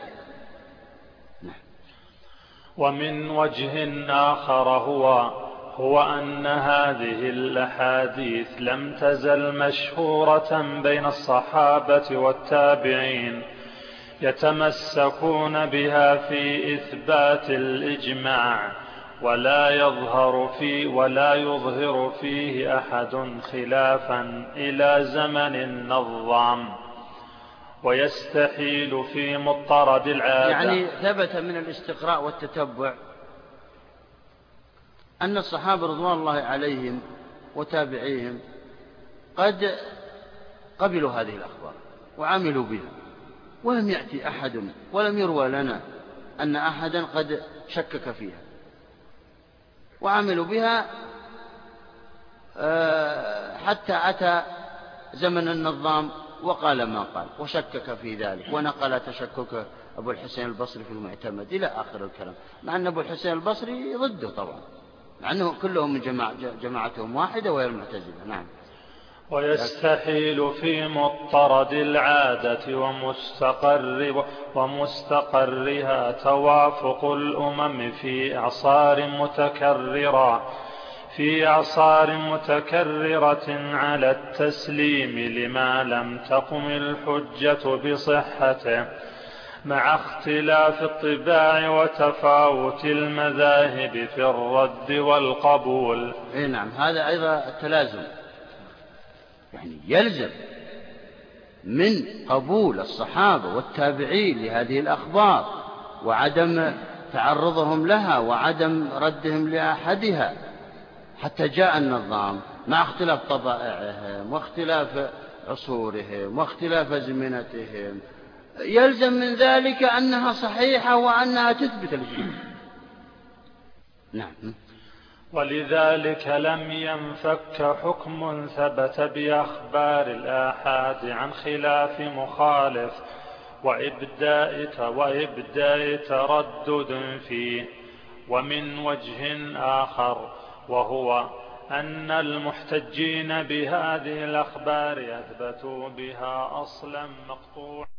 ومن وجه آخر هو هو أن هذه الأحاديث لم تزل مشهورة بين الصحابة والتابعين يتمسكون بها في إثبات الإجماع، ولا يظهر فيه ولا يظهر فيه أحد خلافا إلى زمن النظام، ويستحيل في مضطرد العادة. يعني ثبت من الاستقراء والتتبع أن الصحابة رضوان الله عليهم وتابعيهم قد قبلوا هذه الأخبار وعملوا بها، ولم يأتي أحد ولم يروى لنا أن أحدا قد شكك فيها، وعملوا بها حتى أتى زمن النظام وقال ما قال وشكك في ذلك، ونقل تشكك أبو الحسين البصري في المعتمد إلى آخر الكلام، مع أن أبو الحسين البصري ضده طبعا، مع أنه كلهم من جماعة جماعتهم واحدة وهي المعتزلة. نعم. ويستحيل في مضطرد العادة ومستقر ومستقرها توافق الأمم في أعصار متكررة في أعصار متكررة على التسليم لما لم تقم الحجة بصحته، مع اختلاف الطباع وتفاوت المذاهب في الرد والقبول. إيه نعم، هذا أيضا التلازم، يعني يلزم من قبول الصحابة والتابعين لهذه الأخبار وعدم تعرضهم لها وعدم ردهم لأحدها حتى جاء النظام، مع اختلاف طبائعهم واختلاف عصورهم واختلاف أزمنتهم، يلزم من ذلك أنها صحيحة وأنها تثبت الإجماع. نعم. ولذلك لم ينفك حكم ثبت بأخبار الآحاد عن خلاف مخالف وإبداء وإبداء تردد فيه. ومن وجه آخر وهو أن المحتجين بهذه الأخبار أثبتوا بها أصلا مقطوعا